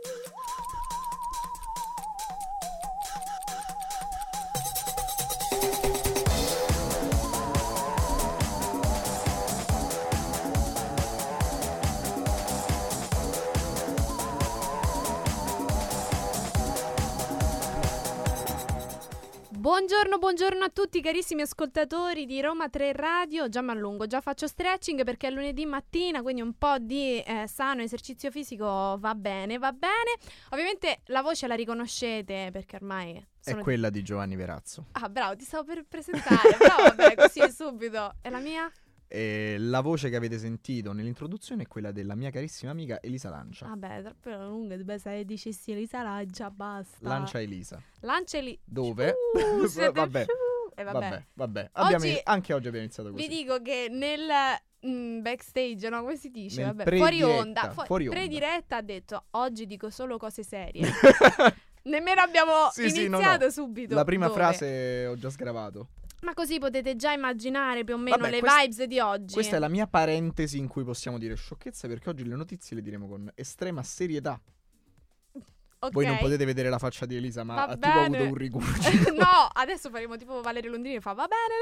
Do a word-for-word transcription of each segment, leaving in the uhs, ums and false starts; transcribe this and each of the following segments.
Buongiorno, buongiorno a tutti carissimi ascoltatori di Roma tre Radio. Già mi allungo, già faccio stretching perché è lunedì mattina, quindi un po' di eh, sano esercizio fisico va bene, va bene. Ovviamente la voce la riconoscete perché ormai sono è quella di Giovanni Verazzo. Ah, bravo, ti stavo per presentare. Bravo, vabbè, così subito. E la mia? E la voce che avete sentito nell'introduzione è quella della mia carissima amica Elisa Lancia. Vabbè, troppo lunga, beh, se dicessi Elisa Lancia, basta. Lancia Elisa. Lancia Elisa. Dove? Uh, vabbè. E vabbè. Vabbè, vabbè. Abbiamo, oggi, anche oggi abbiamo iniziato così. Vi dico che nel mm, backstage, no, come si dice? Nel Vabbè, fuori onda, fu- fuori onda. Pre-diretta ha detto oggi dico solo cose serie. Nemmeno abbiamo sì, sì, iniziato no, no. subito. La prima Dove? frase ho già sgravato. Ma così potete già immaginare più o meno Vabbè, le quest- vibes di oggi. Questa è la mia parentesi in cui possiamo dire sciocchezze, perché oggi le notizie le diremo con estrema serietà. Okay. Voi non potete vedere la faccia di Elisa, ma va ha bene. tipo avuto un rigurgito. No, adesso faremo tipo Valerio Londrini che fa va bene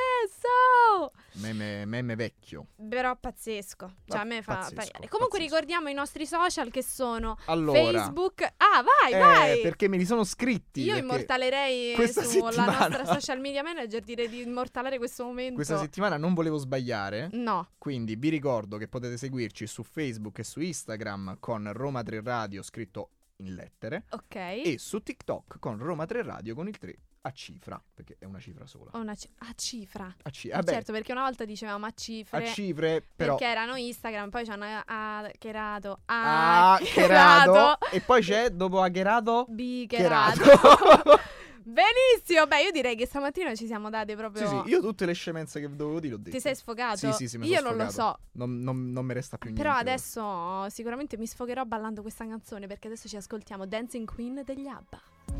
lo stesso. Meme, meme vecchio. Però pazzesco. Cioè Ma a me fa pazzesco, pazzesco. Comunque pazzesco. ricordiamo i nostri social che sono Allora, Facebook. Ah, vai, eh, vai. perché me li sono scritti. Io perché immortalerei questa sulla settimana- nostra social media manager, direi di immortalare questo momento. Questa settimana non volevo sbagliare. No. Quindi vi ricordo che potete seguirci su Facebook e su Instagram con Roma tre Radio scritto in lettere. Ok. E su TikTok con Roma tre Radio con il tre a cifra, perché è una cifra sola. Ho una ci- a cifra. A ci- Eh, vabbè, certo, perché una volta dicevamo a cifre. a cifre, però Perché erano Instagram, poi ci hanno hackerato. Ah, Hackerato. cherato. E poi c'è, dopo hackerato, Bicherato. cherato. Benissimo. Beh, io direi che stamattina ci siamo date proprio. Sì, sì, io tutte le scemenze che dovevo dire ho detto. Ti sei sfogato? Sì, sì, sì, mi Io sono non lo so. sfogato. Non, non, non mi resta più niente. Però ora. adesso sicuramente mi sfogherò ballando questa canzone, perché adesso ci ascoltiamo Dancing Queen degli ABBA.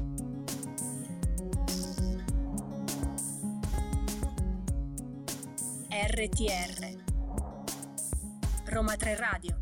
R T R Roma tre Radio.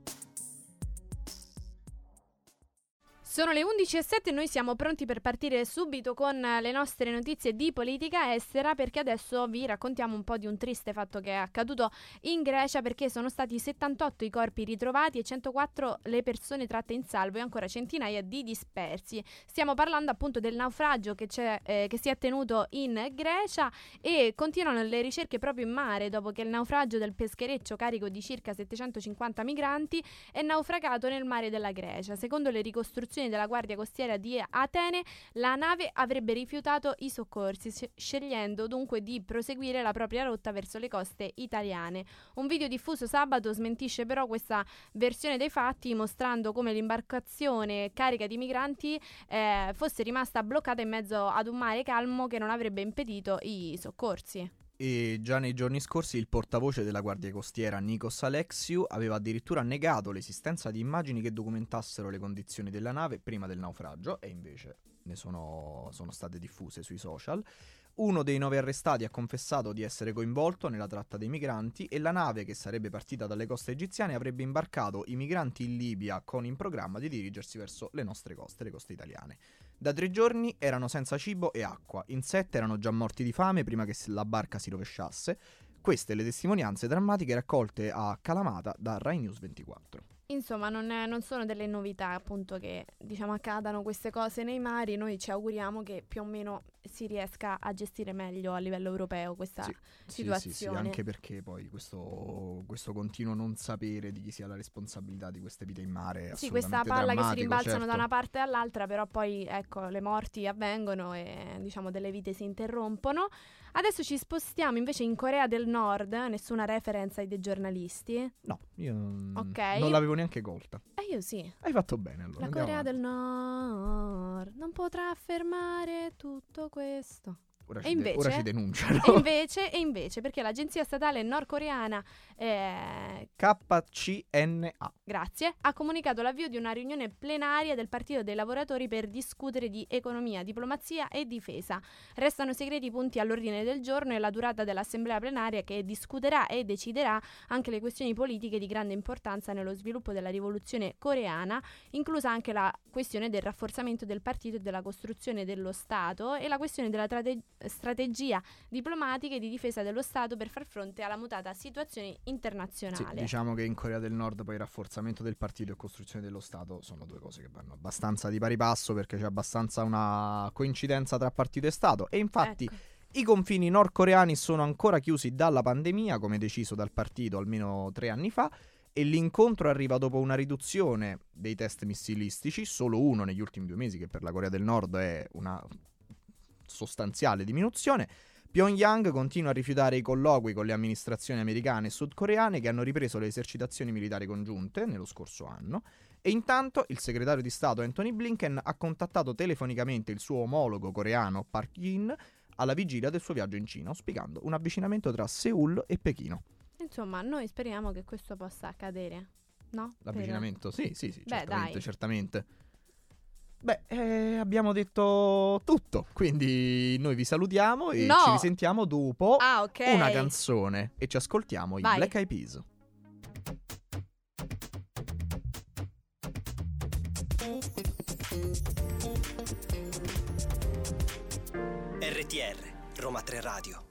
Sono le undici e sette e noi siamo pronti per partire subito con le nostre notizie di politica estera, perché adesso vi raccontiamo un po' di un triste fatto che è accaduto in Grecia, perché sono stati settantotto i corpi ritrovati e centoquattro le persone tratte in salvo e ancora centinaia di dispersi. Stiamo parlando appunto del naufragio che, c'è, eh, che si è tenuto in Grecia, e continuano le ricerche proprio in mare dopo che il naufragio del peschereccio carico di circa settecentocinquanta migranti è naufragato nel mare della Grecia. Secondo le ricostruzioni della Guardia Costiera di Atene, la nave avrebbe rifiutato i soccorsi, scegliendo dunque di proseguire la propria rotta verso le coste italiane. Un video diffuso sabato smentisce però questa versione dei fatti, mostrando come l'imbarcazione carica di migranti eh, fosse rimasta bloccata in mezzo ad un mare calmo che non avrebbe impedito i soccorsi. E già nei giorni scorsi il portavoce della Guardia Costiera Nikos Alexiou aveva addirittura negato l'esistenza di immagini che documentassero le condizioni della nave prima del naufragio, e invece ne sono, sono state diffuse sui social. Uno dei nove arrestati ha confessato di essere coinvolto nella tratta dei migranti, e la nave, che sarebbe partita dalle coste egiziane, avrebbe imbarcato i migranti in Libia con in programma di dirigersi verso le nostre coste, le coste italiane. Da tre giorni erano senza cibo e acqua, in sette erano già morti di fame prima che la barca si rovesciasse. Queste le testimonianze drammatiche raccolte a Kalamata da Rai News ventiquattro. Insomma, non, è, non sono delle novità appunto che diciamo accadano queste cose nei mari. Noi ci auguriamo che più o meno si riesca a gestire meglio a livello europeo questa sì, situazione. Sì, sì, sì, anche perché poi questo, questo continuo non sapere di chi sia la responsabilità di queste vite in mare è sì, questa assolutamente palla che si drammatico, rimbalzano certo. da una parte all'altra, però poi ecco le morti avvengono e diciamo delle vite si interrompono. Adesso ci spostiamo invece in Corea del Nord. Nessuna reference ai dei giornalisti. No, io non, Ok. non l'avevo neanche colta. E io sì. Hai fatto bene allora. La andiamo Corea avanti. del Nord non potrà fermare tutto questo. Ora E ci, de- invece, ora ci denunciano. e invece, e invece, perché l'agenzia statale nordcoreana, eh, K C N A. grazie, ha comunicato l'avvio di una riunione plenaria del Partito dei Lavoratori per discutere di economia, diplomazia e difesa. Restano segreti i punti all'ordine del giorno e la durata dell'assemblea plenaria, che discuterà e deciderà anche le questioni politiche di grande importanza nello sviluppo della rivoluzione coreana, inclusa anche la questione del rafforzamento del partito e della costruzione dello Stato e la questione della trate- strategia diplomatica e di difesa dello Stato per far fronte alla mutata situazione Sì, internazionale. diciamo che in Corea del Nord poi rafforzamento del partito e costruzione dello Stato sono due cose che vanno abbastanza di pari passo, perché c'è abbastanza una coincidenza tra partito e Stato. E infatti Ecco. i confini nordcoreani sono ancora chiusi dalla pandemia, come deciso dal partito almeno tre anni fa, e l'incontro arriva dopo una riduzione dei test missilistici, solo uno negli ultimi due mesi, che per la Corea del Nord è una sostanziale diminuzione. Pyongyang continua a rifiutare i colloqui con le amministrazioni americane e sudcoreane, che hanno ripreso le esercitazioni militari congiunte nello scorso anno, e intanto il segretario di Stato Anthony Blinken ha contattato telefonicamente il suo omologo coreano Park Jin alla vigilia del suo viaggio in Cina, auspicando un avvicinamento tra Seul e Pechino. Insomma, noi speriamo che questo possa accadere, no? L'avvicinamento? Sì, sì, sì, Beh, certamente, dai. certamente. Beh, eh, abbiamo detto tutto, quindi noi vi salutiamo e No! ci risentiamo dopo Ah, ok. una canzone e ci ascoltiamo i Vai. Black Eyed Peas. R T R, Roma tre Radio.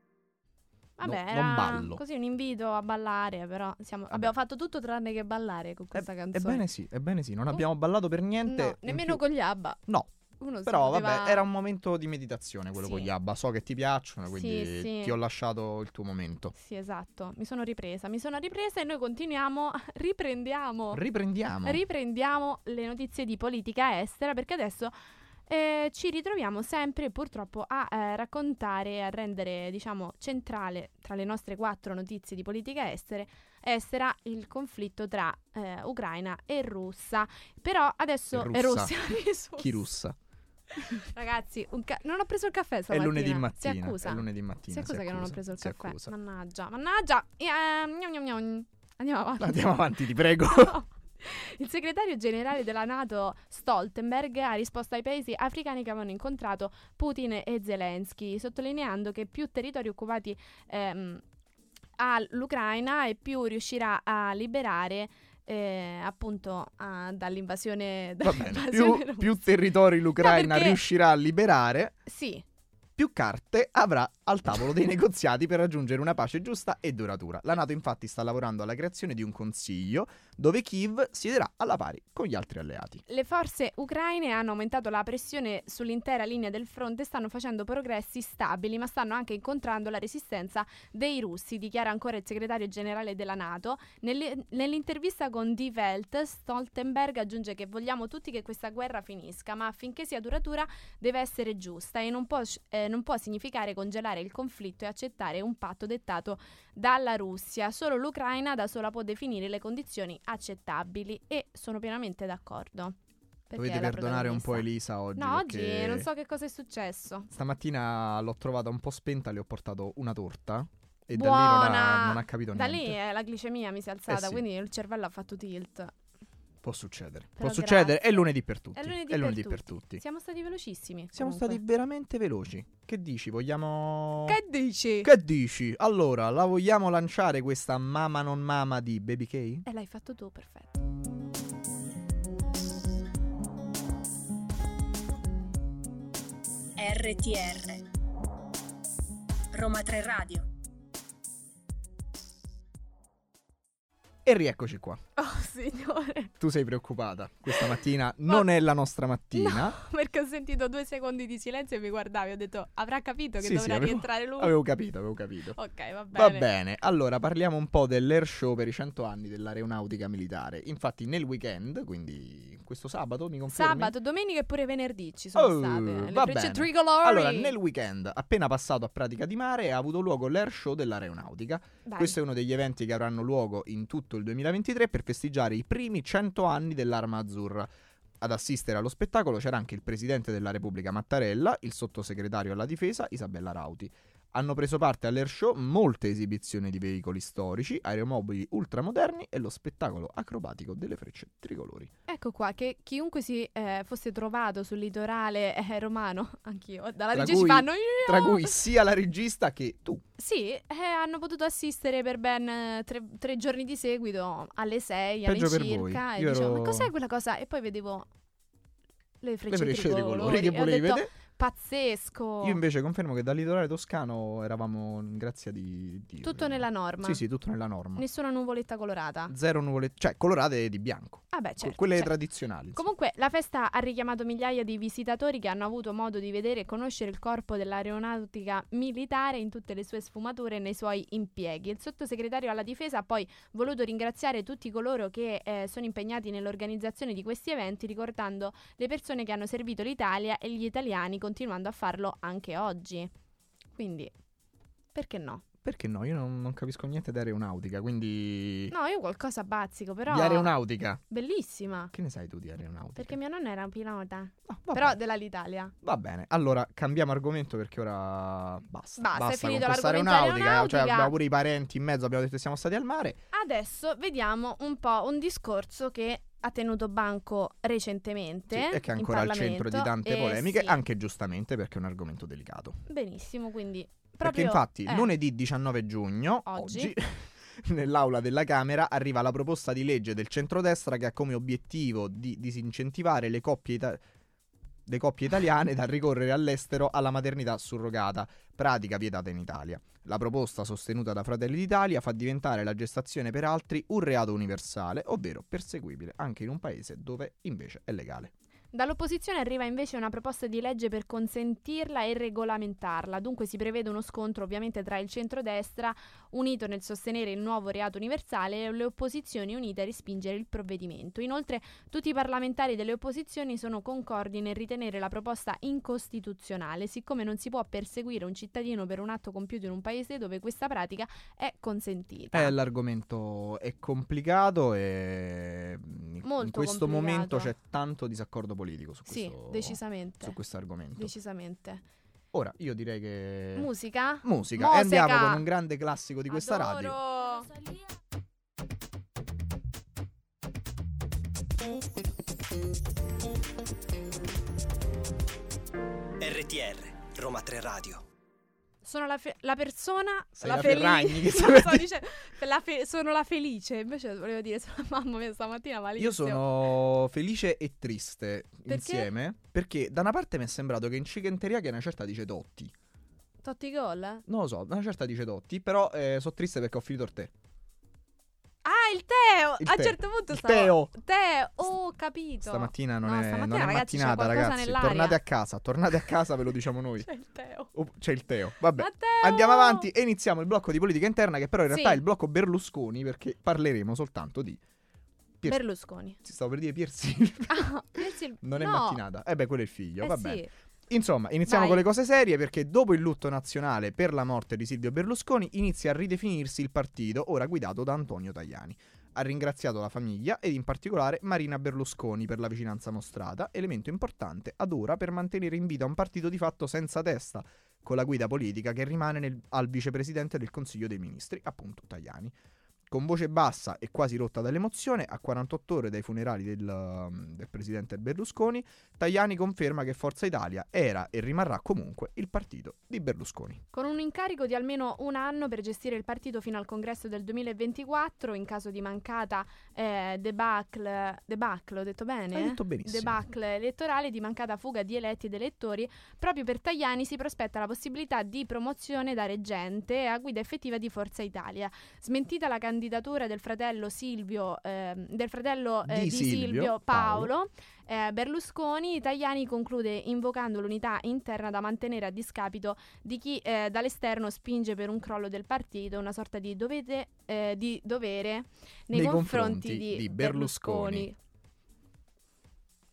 Vabbè, No, era non ballo. così un invito a ballare, però siamo- abbiamo fatto tutto tranne che ballare con questa canzone. Ebbene sì, ebbene sì, non Oh. abbiamo ballato per niente. No, in nemmeno più- con gli ABBA. No, Uno si però poteva- vabbè, era un momento di meditazione quello Sì. con gli ABBA. So che ti piacciono, quindi Sì, sì. ti ho lasciato il tuo momento. Sì, esatto. Mi sono ripresa, mi sono ripresa e noi continuiamo, riprendiamo. Riprendiamo. Riprendiamo le notizie di politica estera, perché adesso eh, ci ritroviamo sempre purtroppo a eh, raccontare, a rendere, diciamo, centrale tra le nostre quattro notizie di politica estere, estera il conflitto tra eh, Ucraina e Russia. Però adesso E è Russia. Russia. mi scusi. Chi russa? Ragazzi, un ca- non ho preso il caffè È stamattina. lunedì Si mattina. accusa. È lunedì mattina. Si accusa che non ho accusa, preso il si caffè. accusa. Mannaggia, mannaggia. Eh, gnam, gnam, gnam. Andiamo avanti. Andiamo avanti, ti prego. No. Il segretario generale della NATO Stoltenberg ha risposto ai paesi africani che avevano incontrato Putin e Zelensky, sottolineando che più territori occupati ehm, ha l'Ucraina e più riuscirà a liberare eh, appunto a- dall'invasione, Va bene, dall'invasione più, russa. più territori l'Ucraina perché- riuscirà a liberare, Sì, più carte avrà al tavolo dei negoziati per raggiungere una pace giusta e duratura. La NATO infatti sta lavorando alla creazione di un consiglio dove Kiev siederà alla pari con gli altri alleati. le forze ucraine hanno aumentato la pressione sull'intera linea del fronte e stanno facendo progressi stabili, ma stanno anche incontrando la resistenza dei russi, dichiara ancora il segretario generale della NATO. Nelle- nell'intervista con Die Welt, Stoltenberg aggiunge che vogliamo tutti che questa guerra finisca, ma affinché sia duratura deve essere giusta e non può, eh, non può significare congelare il conflitto e accettare un patto dettato dalla Russia. Solo l'Ucraina da sola può definire le condizioni accettabili e sono pienamente d'accordo. Perché Dovete è la perdonare un po' protagonista. Elisa oggi. No, oggi perché non so che cosa è successo. Stamattina l'ho trovata un po' spenta, le ho portato una torta e da lì Buona! non ha, non ha capito Da niente. lì eh, la glicemia mi si è alzata, Eh sì. quindi il cervello ha fatto tilt. Può succedere. Però Può succedere, grazie. è lunedì per tutti. È lunedì, È lunedì per, per tutti. tutti. Siamo stati velocissimi. Siamo comunque. stati veramente veloci. Che dici? Vogliamo... Che dici? Che dici? Allora, la vogliamo lanciare questa Mama non Mama di Baby K? E l'hai fatto tu, perfetto. R T R Roma tre Radio. E rieccoci qua. Oh, signore. Tu sei preoccupata. Questa mattina non è la nostra mattina. No, perché ho sentito due secondi di silenzio e mi guardavi. Ho detto, avrà capito che Sì, sì, dovrà avevo- rientrare lui. Avevo capito, avevo capito. Ok, va bene. Va bene, allora parliamo un po' dell'Air Show per i cento anni dell'aeronautica militare. Infatti nel weekend, quindi questo sabato, mi confermi? Sabato, domenica e pure venerdì ci sono Oh, state le va frecce bene. tricolori. Allora, nel weekend appena passato a Pratica di Mare ha avuto luogo l'Air Show dell'aeronautica. Dai. Questo è uno degli eventi che avranno luogo in tutto il duemilaventitré per festeggiare i primi cento anni dell'Arma Azzurra. Ad assistere allo spettacolo c'era anche il presidente della Repubblica Mattarella, il sottosegretario alla difesa Isabella Rauti. Hanno preso parte all'air show molte esibizioni di veicoli storici, aeromobili ultramoderni e lo spettacolo acrobatico delle frecce tricolori. Ecco qua, che chiunque si eh, fosse trovato sul litorale eh, romano, anch'io, dalla Tra regia ci cui- fanno... Tra cui sia la regista che tu. Sì, eh, hanno potuto assistere per ben eh, tre, tre giorni di seguito alle sei Peggio per all'incirca. voi. E Io dicevo, ero- ma cos'è quella cosa? E poi vedevo le frecce, Le frecce tricolori. tricolori che E ho volevi detto, vedere. pazzesco. Io invece confermo che dal litorale toscano eravamo in grazia di Dio. Tutto nella norma. Sì, sì, tutto nella norma. Nessuna nuvoletta colorata. Zero nuvole, cioè colorate di bianco. Ah beh, Que- certo. Quelle certo. tradizionali. insomma. Comunque la festa ha richiamato migliaia di visitatori che hanno avuto modo di vedere e conoscere il corpo dell'aeronautica militare in tutte le sue sfumature e nei suoi impieghi. Il sottosegretario alla difesa ha poi voluto ringraziare tutti coloro che eh, sono impegnati nell'organizzazione di questi eventi, ricordando le persone che hanno servito l'Italia e gli italiani, continuando a farlo anche oggi. Quindi, perché no? Perché no? Io non, non capisco niente di aeronautica, quindi... No, io qualcosa bazzico, però... Di aeronautica. Bellissima. Che ne sai tu di aeronautica? Perché mia nonna era un pilota. Ah, va Però bene. dell'Alitalia. Va bene, allora cambiamo argomento perché ora basta. Basta, è finito con questa l'argomento aeronautica. Cioè aeronautica. abbiamo pure i parenti in mezzo, abbiamo detto che siamo stati al mare. Adesso vediamo un po' un discorso che ha tenuto banco recentemente. Sì, e che è in ancora al centro di Parlamento. tante Eh, polemiche, sì. anche giustamente perché è un argomento delicato. Benissimo, quindi Perché proprio, infatti eh, lunedì diciannove giugno, Oggi. oggi, nell'aula della Camera arriva la proposta di legge del centrodestra che ha come obiettivo di disincentivare le coppie, ita- le coppie italiane dal ricorrere all'estero alla maternità surrogata, pratica vietata in Italia. La proposta, sostenuta da Fratelli d'Italia, fa diventare la gestazione per altri un reato universale, ovvero perseguibile anche in un paese dove invece è legale. Dall'opposizione arriva invece una proposta di legge per consentirla e regolamentarla. Dunque si prevede uno scontro ovviamente tra il centrodestra, unito nel sostenere il nuovo reato universale, e le opposizioni unite a respingere il provvedimento. Inoltre tutti i parlamentari delle opposizioni sono concordi nel ritenere la proposta incostituzionale, siccome non si può perseguire un cittadino per un atto compiuto in un paese dove questa pratica è consentita. Eh, l'argomento è complicato e in Molto questo complicato. momento c'è tanto disaccordo politico su Sì, questo, decisamente. su questo argomento. Decisamente. Ora, io direi che... Musica? Musica. E andiamo con un grande classico di questa radio. Adoro. R T R, Roma tre Radio. Sono la, fe- la persona Sei la la felice. Ferragni, che No, stavo sto per dicendo, la fe- sono la felice. Invece volevo dire sono mamma mia stamattina malissimo. Io sono felice e triste Perché? insieme perché da una parte mi è sembrato che in Chicken Teriyaki una certa dice Dotti. Totti gol? Ah, Non lo so, una certa dice Dotti, però eh, sono triste perché ho finito il tè. il Teo. Il A un Teo. certo punto Il stavo Teo. Teo. Oh, capito. Stamattina non No, è, stamattina, non è ragazzi, c'è mattinata, qualcosa ragazzi. nell'aria. Tornate a casa, tornate a casa, ve lo diciamo noi. C'è il Teo. Oh, c'è il Teo. Vabbè. Matteo! Andiamo avanti e iniziamo il blocco di politica interna, che però in realtà Sì. è il blocco Berlusconi, perché parleremo soltanto di Pier... Berlusconi. Si stavo per dire Pier Silvio. Ah, pensi il- Non è no. mattinata. Eh beh, quello è il figlio, Eh va sì. bene. Insomma, iniziamo Vai. con le cose serie, perché dopo il lutto nazionale per la morte di Silvio Berlusconi inizia a ridefinirsi il partito, ora guidato da Antonio Tajani. Ha ringraziato la famiglia ed in particolare Marina Berlusconi per la vicinanza mostrata, elemento importante ad ora per mantenere in vita un partito di fatto senza testa, con la guida politica che rimane nel- al vicepresidente del Consiglio dei Ministri, appunto Tajani. Con voce bassa e quasi rotta dall'emozione, a quarantotto ore dai funerali del, um, del presidente Berlusconi, Tajani conferma che Forza Italia era e rimarrà comunque il partito di Berlusconi. Con un incarico di almeno un anno per gestire il partito fino al congresso del duemilaventiquattro, in caso di mancata eh, debacle, debacle, ho detto bene? Hai detto benissimo. Debacle elettorale, di mancata fuga di eletti ed elettori, proprio per Tajani si prospetta la possibilità di promozione da reggente a guida effettiva di Forza Italia. Smentita la candidatura del fratello Silvio, ehm, del fratello eh, Di di, Silvio, Silvio, Paolo. Paolo, eh, Berlusconi, Tajani conclude invocando l'unità interna da mantenere a discapito di chi eh, dall'esterno spinge per un crollo del partito, una sorta di, dovete, eh, di dovere nei, Nei confronti, confronti di, di Berlusconi. Berlusconi.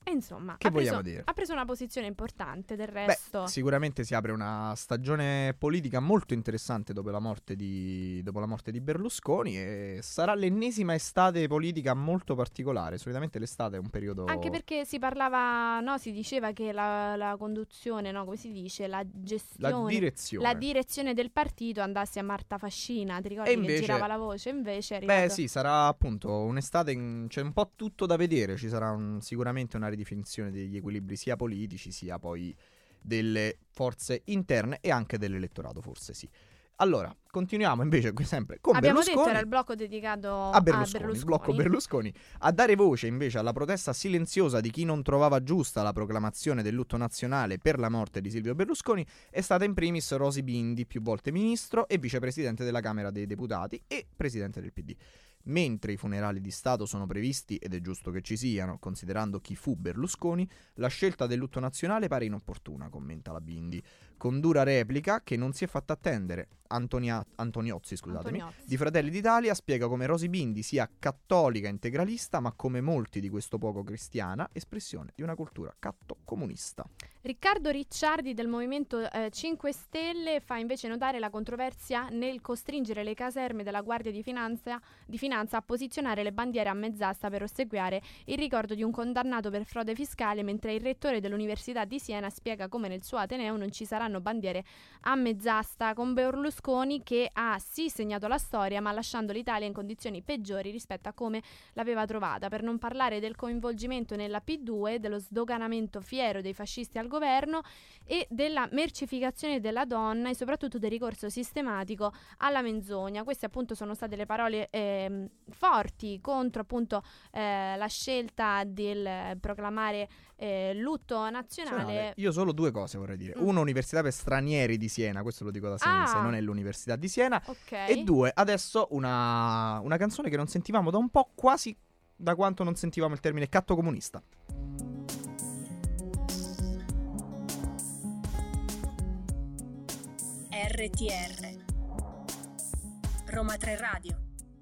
E insomma, Che ha preso, vogliamo dire? ha preso una posizione importante, del Beh, resto. sicuramente si apre una stagione politica molto interessante dopo la morte di, dopo la morte di Berlusconi, e sarà l'ennesima estate politica molto particolare. Solitamente l'estate è un periodo... Anche perché si parlava, no, si diceva che la, la conduzione, no, come si dice, la gestione, La direzione. la direzione del partito andasse a Marta Fascina, ti ricordi E che invece- girava la voce? Invece è Beh arrivato... sì, sarà appunto un'estate, in- c'è un po' tutto da vedere, ci sarà un- sicuramente una ridefinizione degli equilibri sia politici sia poi delle forze interne e anche dell'elettorato, forse sì. Allora, continuiamo invece qui sempre con Abbiamo Berlusconi. detto era il blocco dedicato a Berlusconi, a Berlusconi. il blocco Berlusconi, a dare voce invece alla protesta silenziosa di chi non trovava giusta la proclamazione del lutto nazionale per la morte di Silvio Berlusconi è stata in primis Rosy Bindi, più volte ministro e vicepresidente della Camera dei Deputati e presidente del P D. Mentre i funerali di Stato sono previsti, ed è giusto che ci siano, considerando chi fu Berlusconi, la scelta del lutto nazionale pare inopportuna, commenta la Bindi, con dura replica che non si è fatta attendere. Antonia- Antoniozzi, scusatemi, Antoniozzi. di Fratelli d'Italia spiega come Rosy Bindi sia cattolica integralista, ma come molti di questo poco cristiana, espressione di una cultura catto-comunista. Riccardo Ricciardi del Movimento eh, cinque Stelle fa invece notare la controversia nel costringere le caserme della Guardia di Finanza, di Finanza a posizionare le bandiere a mezz'asta per ossequiare il ricordo di un condannato per frode fiscale, mentre il rettore dell'Università di Siena spiega come nel suo Ateneo non ci saranno bandiere a mezz'asta, con Berlusconi che ha sì segnato la storia ma lasciando l'Italia in condizioni peggiori rispetto a come l'aveva trovata, per non parlare del coinvolgimento nella P due, dello sdoganamento fiero dei fascisti al governo e della mercificazione della donna e soprattutto del ricorso sistematico alla menzogna. Queste appunto sono state le parole ehm, forti contro appunto eh, la scelta del proclamare eh, lutto nazionale. Io solo due cose vorrei dire. Mm. Uno, Università per stranieri di Siena, questo lo dico da sinistra, Ah. non è l'Università di Siena. Ok. E due, adesso una, una canzone che non sentivamo da un po', quasi da quanto non sentivamo il termine catto comunista. R T R Roma tre Radio.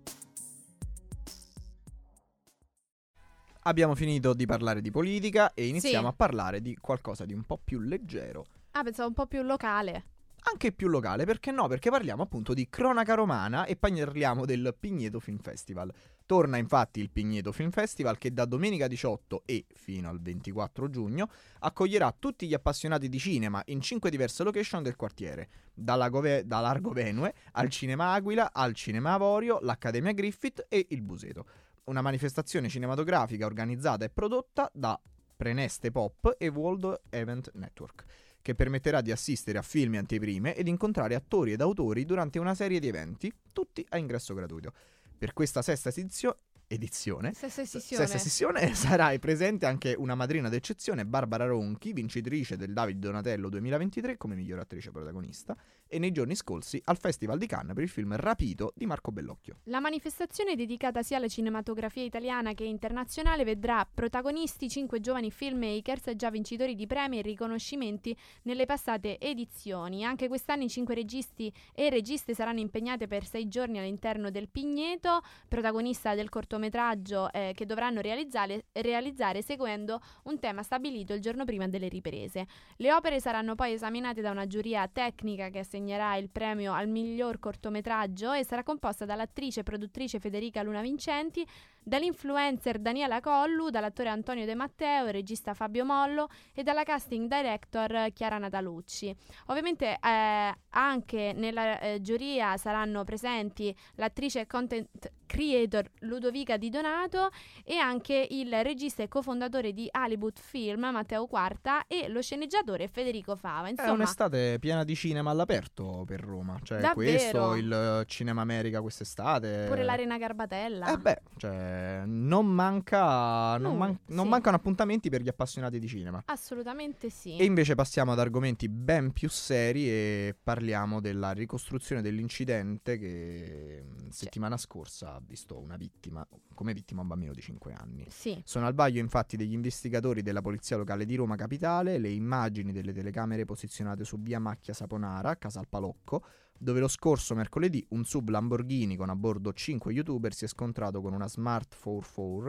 Abbiamo finito di parlare di politica e iniziamo Sì. a parlare di qualcosa di un po' più leggero. Ah, pensavo un po' più locale. Anche più locale, perché no? Perché parliamo appunto di cronaca romana e parliamo del Pigneto Film Festival. Torna infatti il Pigneto Film Festival che da domenica diciotto e fino al ventiquattro giugno accoglierà tutti gli appassionati di cinema in cinque diverse location del quartiere, dalla Gove- da Largo Venue al Cinema Aquila, al Cinema Avorio, l'Accademia Griffith e il Buseto. Una manifestazione cinematografica organizzata e prodotta da Preneste Pop e World Event Network, che permetterà di assistere a film e anteprime ed incontrare attori ed autori durante una serie di eventi, tutti a ingresso gratuito. Per questa sesta edizio- edizione, Stessa sessione. sesta sessione sarà presente anche una madrina d'eccezione, Barbara Ronchi, vincitrice del David Donatello duemilaventitré come miglior attrice protagonista, e nei giorni scorsi al Festival di Cannes per il film Rapito di Marco Bellocchio. La manifestazione dedicata sia alla cinematografia italiana che internazionale vedrà protagonisti cinque giovani filmmakers già vincitori di premi e riconoscimenti nelle passate edizioni. Anche quest'anno i cinque registi e registe saranno impegnate per sei giorni all'interno del Pigneto, protagonista del cortometraggio eh, che dovranno realizzare, realizzare seguendo un tema stabilito il giorno prima delle riprese. Le opere saranno poi esaminate da una giuria tecnica che assegnerà il premio al miglior cortometraggio e sarà composta dall'attrice e produttrice Federica Luna Vincenti, dall'influencer Daniela Collu, dall'attore Antonio De Matteo, il regista Fabio Mollo e dalla casting director Chiara Natalucci. Ovviamente eh, anche nella eh, giuria saranno presenti l'attrice e content creator Ludovica Di Donato e anche il regista e cofondatore di Hollywood Film Matteo Quarta e lo sceneggiatore Federico Fava. È Insomma, un'estate piena di cinema all'aperto per Roma, cioè Davvero? questo, il eh, Cinema America quest'estate. pure l'Arena Garbatella. Eh beh, cioè non manca non, Mm, man- non sì. mancano appuntamenti per gli appassionati di cinema. Assolutamente sì. E invece passiamo ad argomenti ben più seri e parliamo della ricostruzione dell'incidente che mh, settimana scorsa ha visto una vittima, come vittima un bambino di cinque anni. Sì. Sono al vaglio infatti degli investigatori della Polizia Locale di Roma Capitale le immagini delle telecamere posizionate su via Macchia Saponara, Casal Palocco, dove lo scorso mercoledì un sub Lamborghini con a bordo cinque youtuber si è scontrato con una Smart quattro quattro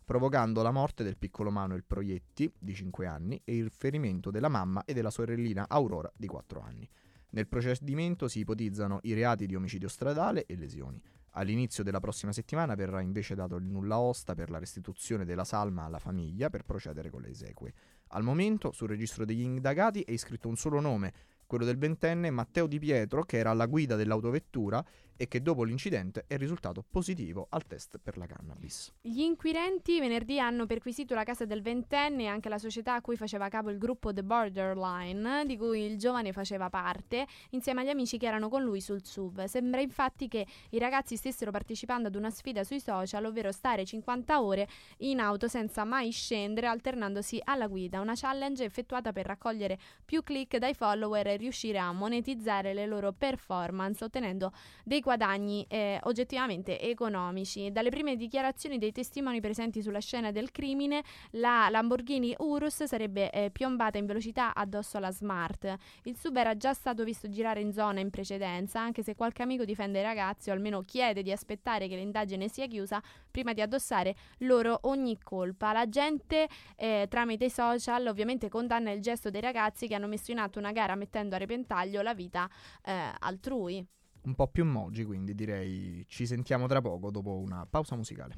provocando la morte del piccolo Manuel Proietti, di cinque anni, e il ferimento della mamma e della sorellina Aurora, di quattro anni. Nel procedimento si ipotizzano i reati di omicidio stradale e lesioni. All'inizio della prossima settimana verrà invece dato il nulla osta per la restituzione della salma alla famiglia per procedere con le esequie. Al momento, sul registro degli indagati è iscritto un solo nome, quello del ventenne Matteo Di Pietro, che era alla guida dell'autovettura e che dopo l'incidente è risultato positivo al test per la cannabis. Gli inquirenti venerdì hanno perquisito la casa del ventenne e anche la società a cui faceva capo il gruppo The Borderline, di cui il giovane faceva parte, insieme agli amici che erano con lui sul S U V. Sembra infatti che i ragazzi stessero partecipando ad una sfida sui social, ovvero stare cinquanta ore in auto senza mai scendere, alternandosi alla guida, una challenge effettuata per raccogliere più click dai follower e riuscire a monetizzare le loro performance, ottenendo dei guadagni eh, oggettivamente economici. Dalle prime dichiarazioni dei testimoni presenti sulla scena del crimine, la Lamborghini Urus sarebbe eh, piombata in velocità addosso alla Smart. Il S U V era già stato visto girare in zona in precedenza, anche se qualche amico difende i ragazzi o almeno chiede di aspettare che l'indagine sia chiusa prima di addossare loro ogni colpa. La gente eh, tramite i social ovviamente condanna il gesto dei ragazzi che hanno messo in atto una gara mettendo a repentaglio la vita eh, altrui. Un po' più emoji, quindi direi ci sentiamo tra poco dopo una pausa musicale.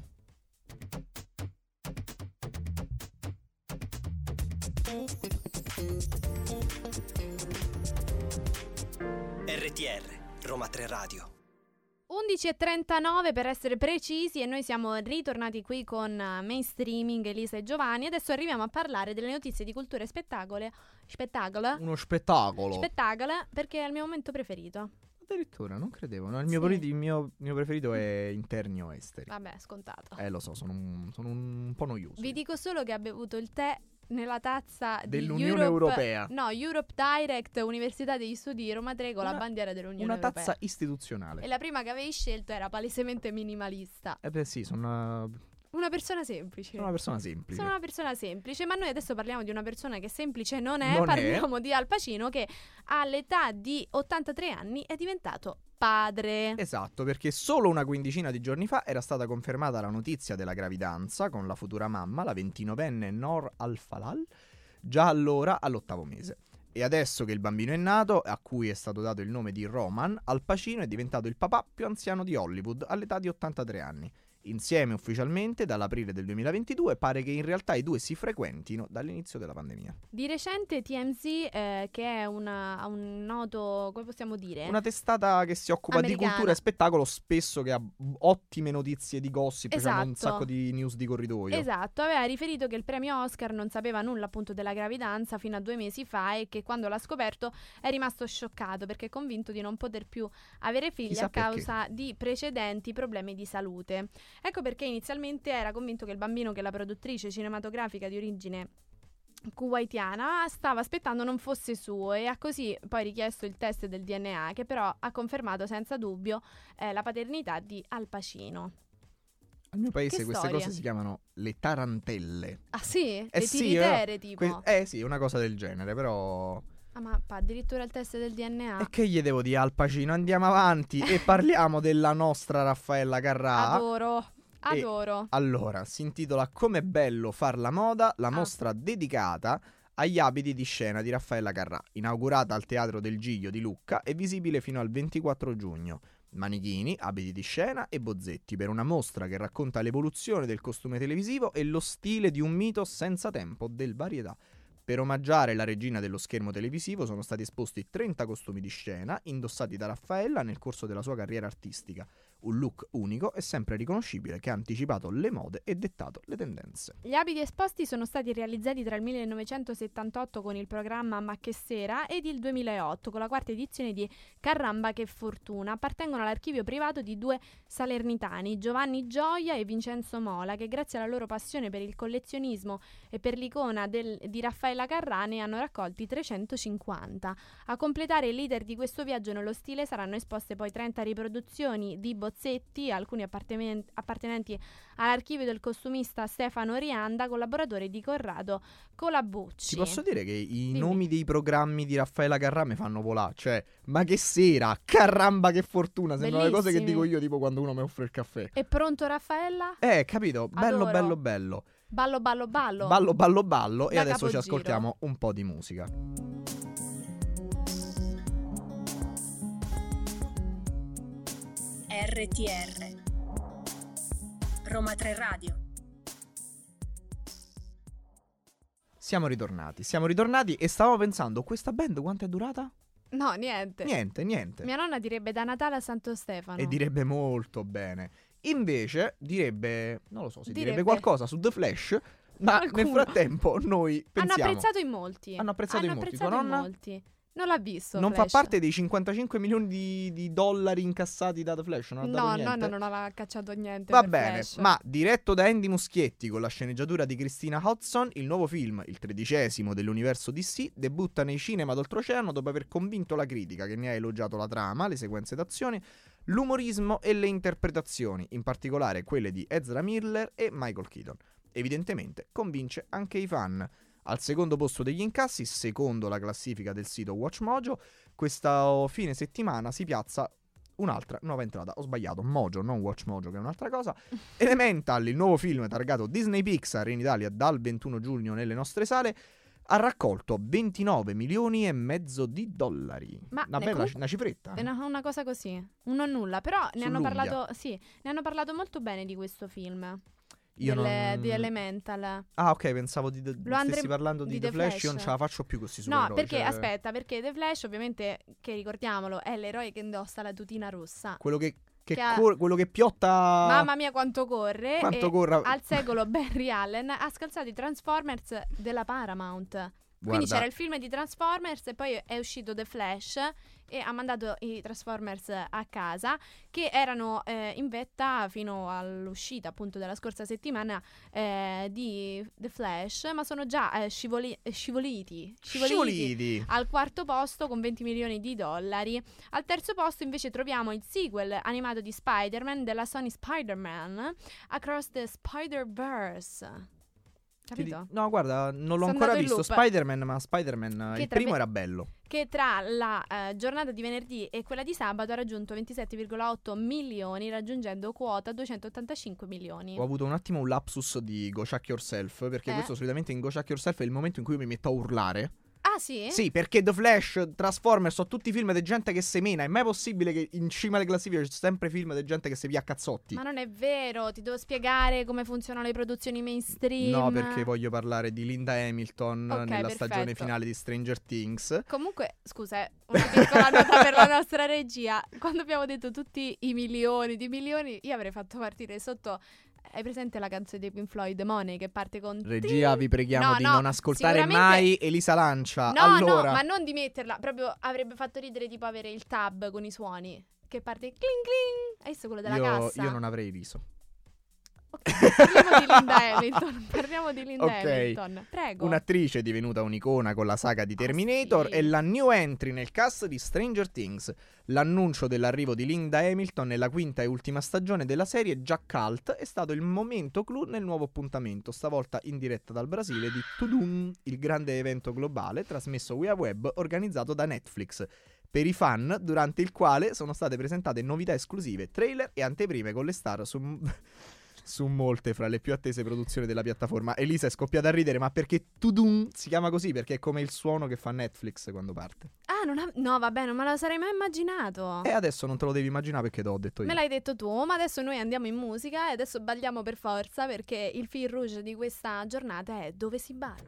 R T R, Roma tre Radio. undici e trentanove per essere precisi, e noi siamo ritornati qui con Mainstreaming, Elisa e Giovanni. Adesso arriviamo a parlare delle notizie di cultura e spettacolo. Spettacolo? Uno spettacolo. Spettacolo, perché è il mio momento preferito. Addirittura, non credevo. No, il mio, Sì. politi- il mio, mio preferito è interni o esteri. Vabbè, scontato. Eh, lo so, sono un, sono un po' noioso. Vi dico solo che ha bevuto il tè nella tazza Dell'Unione di Europe, Europea. No, Europe Direct, Università degli Studi di Roma tre, con Una- la bandiera dell'Unione Una Europea. tazza istituzionale. E la prima che avevi scelto era palesemente minimalista. Eh beh sì, sono una, Una persona semplice. sono una persona semplice. Sono una persona semplice, ma noi adesso parliamo di una persona che semplice non è. Non è. Parliamo di Al Pacino, che all'età di ottantatré anni è diventato padre. Esatto, perché solo una quindicina di giorni fa era stata confermata la notizia della gravidanza con la futura mamma, la ventinovenne Noor Al-Falal, già allora all'ottavo mese. E adesso che il bambino è nato, a cui è stato dato il nome di Roman, Al Pacino è diventato il papà più anziano di Hollywood all'età di ottantatré anni. Insieme ufficialmente dall'aprile del duemilaventidue, pare che in realtà i due si frequentino dall'inizio della pandemia. Di recente T M Z, eh, che è una, un noto, come possiamo dire? Una testata che si occupa Americana. di cultura e spettacolo, spesso che ha ottime notizie di gossip, cioè Esatto. un sacco di news di corridoio. Esatto, aveva riferito che il premio Oscar non sapeva nulla appunto della gravidanza fino a due mesi fa e che quando l'ha scoperto è rimasto scioccato perché è convinto di non poter più avere figli Chissà a causa di precedenti problemi di salute. Ecco perché inizialmente era convinto che il bambino che la produttrice cinematografica di origine kuwaitiana stava aspettando non fosse suo, e ha così poi richiesto il test del D N A, che però ha confermato senza dubbio eh, la paternità di Al Pacino. Al mio paese Che queste storia. cose si chiamano le tarantelle. Ah sì? Eh Le sì, tiritere però- tipo? que- eh sì, una cosa del genere, però... Ah, ma pa, addirittura il test del D N A. E che gli devo dire Al Pacino? Andiamo avanti e parliamo della nostra Raffaella Carrà. Adoro, adoro. Allora, si intitola Com'è bello far la moda, la Ah. mostra dedicata agli abiti di scena di Raffaella Carrà, inaugurata al Teatro del Giglio di Lucca e visibile fino al ventiquattro giugno. Manichini, abiti di scena e bozzetti per una mostra che racconta l'evoluzione del costume televisivo e lo stile di un mito senza tempo del varietà. Per omaggiare la regina dello schermo televisivo sono stati esposti trenta costumi di scena indossati da Raffaella nel corso della sua carriera artistica. Un look unico e sempre riconoscibile che ha anticipato le mode e dettato le tendenze. Gli abiti esposti sono stati realizzati tra il millenovecentosettantotto con il programma Ma che sera ed il duemilaotto con la quarta edizione di Carramba che fortuna. Appartengono all'archivio privato di due salernitani, Giovanni Gioia e Vincenzo Mola, che grazie alla loro passione per il collezionismo e per l'icona del, di Raffaella Carrà ne hanno raccolti trecentocinquanta. A completare l'iter di questo viaggio nello stile saranno esposte poi trenta riproduzioni di botteghe bozzetti, alcuni appartemen- appartenenti all'archivio del costumista Stefano Rianda, collaboratore di Corrado Colabucci. Ti posso dire che i Dimmi. nomi dei programmi di Raffaella Carrà mi fanno volare. Cioè, ma che sera, caramba che fortuna. Sembrano le cose che Bellissimi. dico io tipo quando uno mi offre il caffè. È pronto Raffaella? Eh, capito? Bello, Adoro. bello, bello. Ballo, ballo, ballo. Ballo, ballo, ballo. E Da adesso ci capogiro. ascoltiamo un po' di musica. R T R Roma tre Radio. Siamo ritornati, siamo ritornati e stavamo pensando, questa band quanto è durata? No, niente. Niente, niente. Mia nonna direbbe da Natale a Santo Stefano. E direbbe molto bene. Invece direbbe, non lo so, si direbbe, Direbbe- qualcosa su The Flash, ma nel Qualcuno. frattempo noi Hanno pensiamo... apprezzato in molti. Hanno apprezzato in molti. apprezzato Tua in nonna? molti. Non l'ha visto. Non Flash. fa parte dei cinquantacinque milioni di, di dollari incassati da The Flash, non ha dato No, niente. nonno non aveva cacciato niente. Va per bene, Flash. ma diretto da Andy Muschietti con la sceneggiatura di Christina Hodson, il nuovo film, il tredicesimo dell'universo D C, debutta nei cinema d'oltreoceano dopo aver convinto la critica, che ne ha elogiato la trama, le sequenze d'azione, l'umorismo e le interpretazioni, in particolare quelle di Ezra Miller e Michael Keaton. Evidentemente convince anche i fan. Al secondo posto degli incassi, secondo la classifica del sito WatchMojo, questa fine settimana si piazza un'altra nuova entrata. Ho sbagliato, Mojo, non WatchMojo, che è un'altra cosa. Elemental, il nuovo film targato Disney Pixar in Italia dal ventuno giugno nelle nostre sale, ha raccolto ventinove milioni e mezzo di dollari. Ma una ne bella comunque- una cipretta. È una, una cosa così, un non nulla. Però ne hanno Sull'unghia. parlato. Sì, ne hanno parlato molto bene di questo film. Io delle- non... Di Elemental. Ah, ok, pensavo di, di Lo andre- stessi parlando di, di The, The Flash. Flash. Io non ce la faccio più così No, supereroi, perché cioè, aspetta, perché The Flash, ovviamente, che ricordiamolo, è l'eroe che indossa la tutina rossa. Quello che, che Che ha- cor- quello che piotta... Mamma mia, quanto corre! Quanto e corra... al secolo Barry Allen ha scalzato i Transformers della Paramount. Quindi Guarda, c'era il film di Transformers e poi è uscito The Flash e ha mandato i Transformers a casa, che erano eh, in vetta fino all'uscita appunto della scorsa settimana eh, di The Flash, ma sono già eh, scivoli- scivoliti, scivoliti scivoliti. al quarto posto con venti milioni di dollari. Al terzo posto invece troviamo il sequel animato di Spider-Man della Sony, Spider-Man Across the Spider-Verse. Ti di- Capito? No, guarda, non l'ho Sono ancora andato in visto loop. Spider-Man, ma Spider-Man Che il tra primo ve- era bello. Che tra la eh, giornata di venerdì e quella di sabato ha raggiunto ventisette virgola otto milioni, raggiungendo quota duecentottantacinque milioni. Ho avuto un attimo un lapsus di Go Chuck Yourself, perché Eh? questo solitamente in Go Chuck Yourself è il momento in cui io mi metto a urlare. Ah sì? Sì, perché The Flash, Transformers, sono tutti film di gente che semena. È mai possibile che in cima alle classifiche c'è sempre film di gente che si pia a cazzotti? Ma non è vero, ti devo spiegare come funzionano le produzioni mainstream. No, perché voglio parlare di Linda Hamilton Ok, nella perfetto. stagione finale di Stranger Things. Comunque, scusa, eh, una piccola nota per la nostra regia. Quando abbiamo detto tutti i milioni di milioni, io avrei fatto partire sotto. Hai presente la canzone dei Pink Floyd, Money, che parte con... Regia, vi preghiamo No, di no, non ascoltare sicuramente- mai Elisa Lancia. No, allora, no, ma non di metterla. Proprio avrebbe fatto ridere tipo avere il tab con i suoni. Che parte cling cling. Hai visto quello della io, cassa? io non avrei riso. Ok, parliamo di Linda Hamilton. Parliamo di Linda Ok. Hamilton. Prego. Un'attrice divenuta un'icona con la saga di Terminator sì. e la new entry nel cast di Stranger Things. L'annuncio dell'arrivo di Linda Hamilton nella quinta e ultima stagione della serie già cult è stato il momento clou nel nuovo appuntamento, stavolta in diretta dal Brasile, di Tudum, il grande evento globale trasmesso via web organizzato da Netflix per i fan, durante il quale sono state presentate novità esclusive, trailer e anteprime con le star su... su molte fra le più attese produzioni della piattaforma. Elisa è scoppiata a ridere, ma perché Tudum si chiama così? Perché è come il suono che fa Netflix quando parte. Ah, non ha... no, vabbè, non me lo sarei mai immaginato. E adesso non te lo devi immaginare perché te l'ho detto io. Me l'hai detto tu, ma adesso noi andiamo in musica e adesso balliamo per forza, perché il fil rouge di questa giornata è Dove si balla.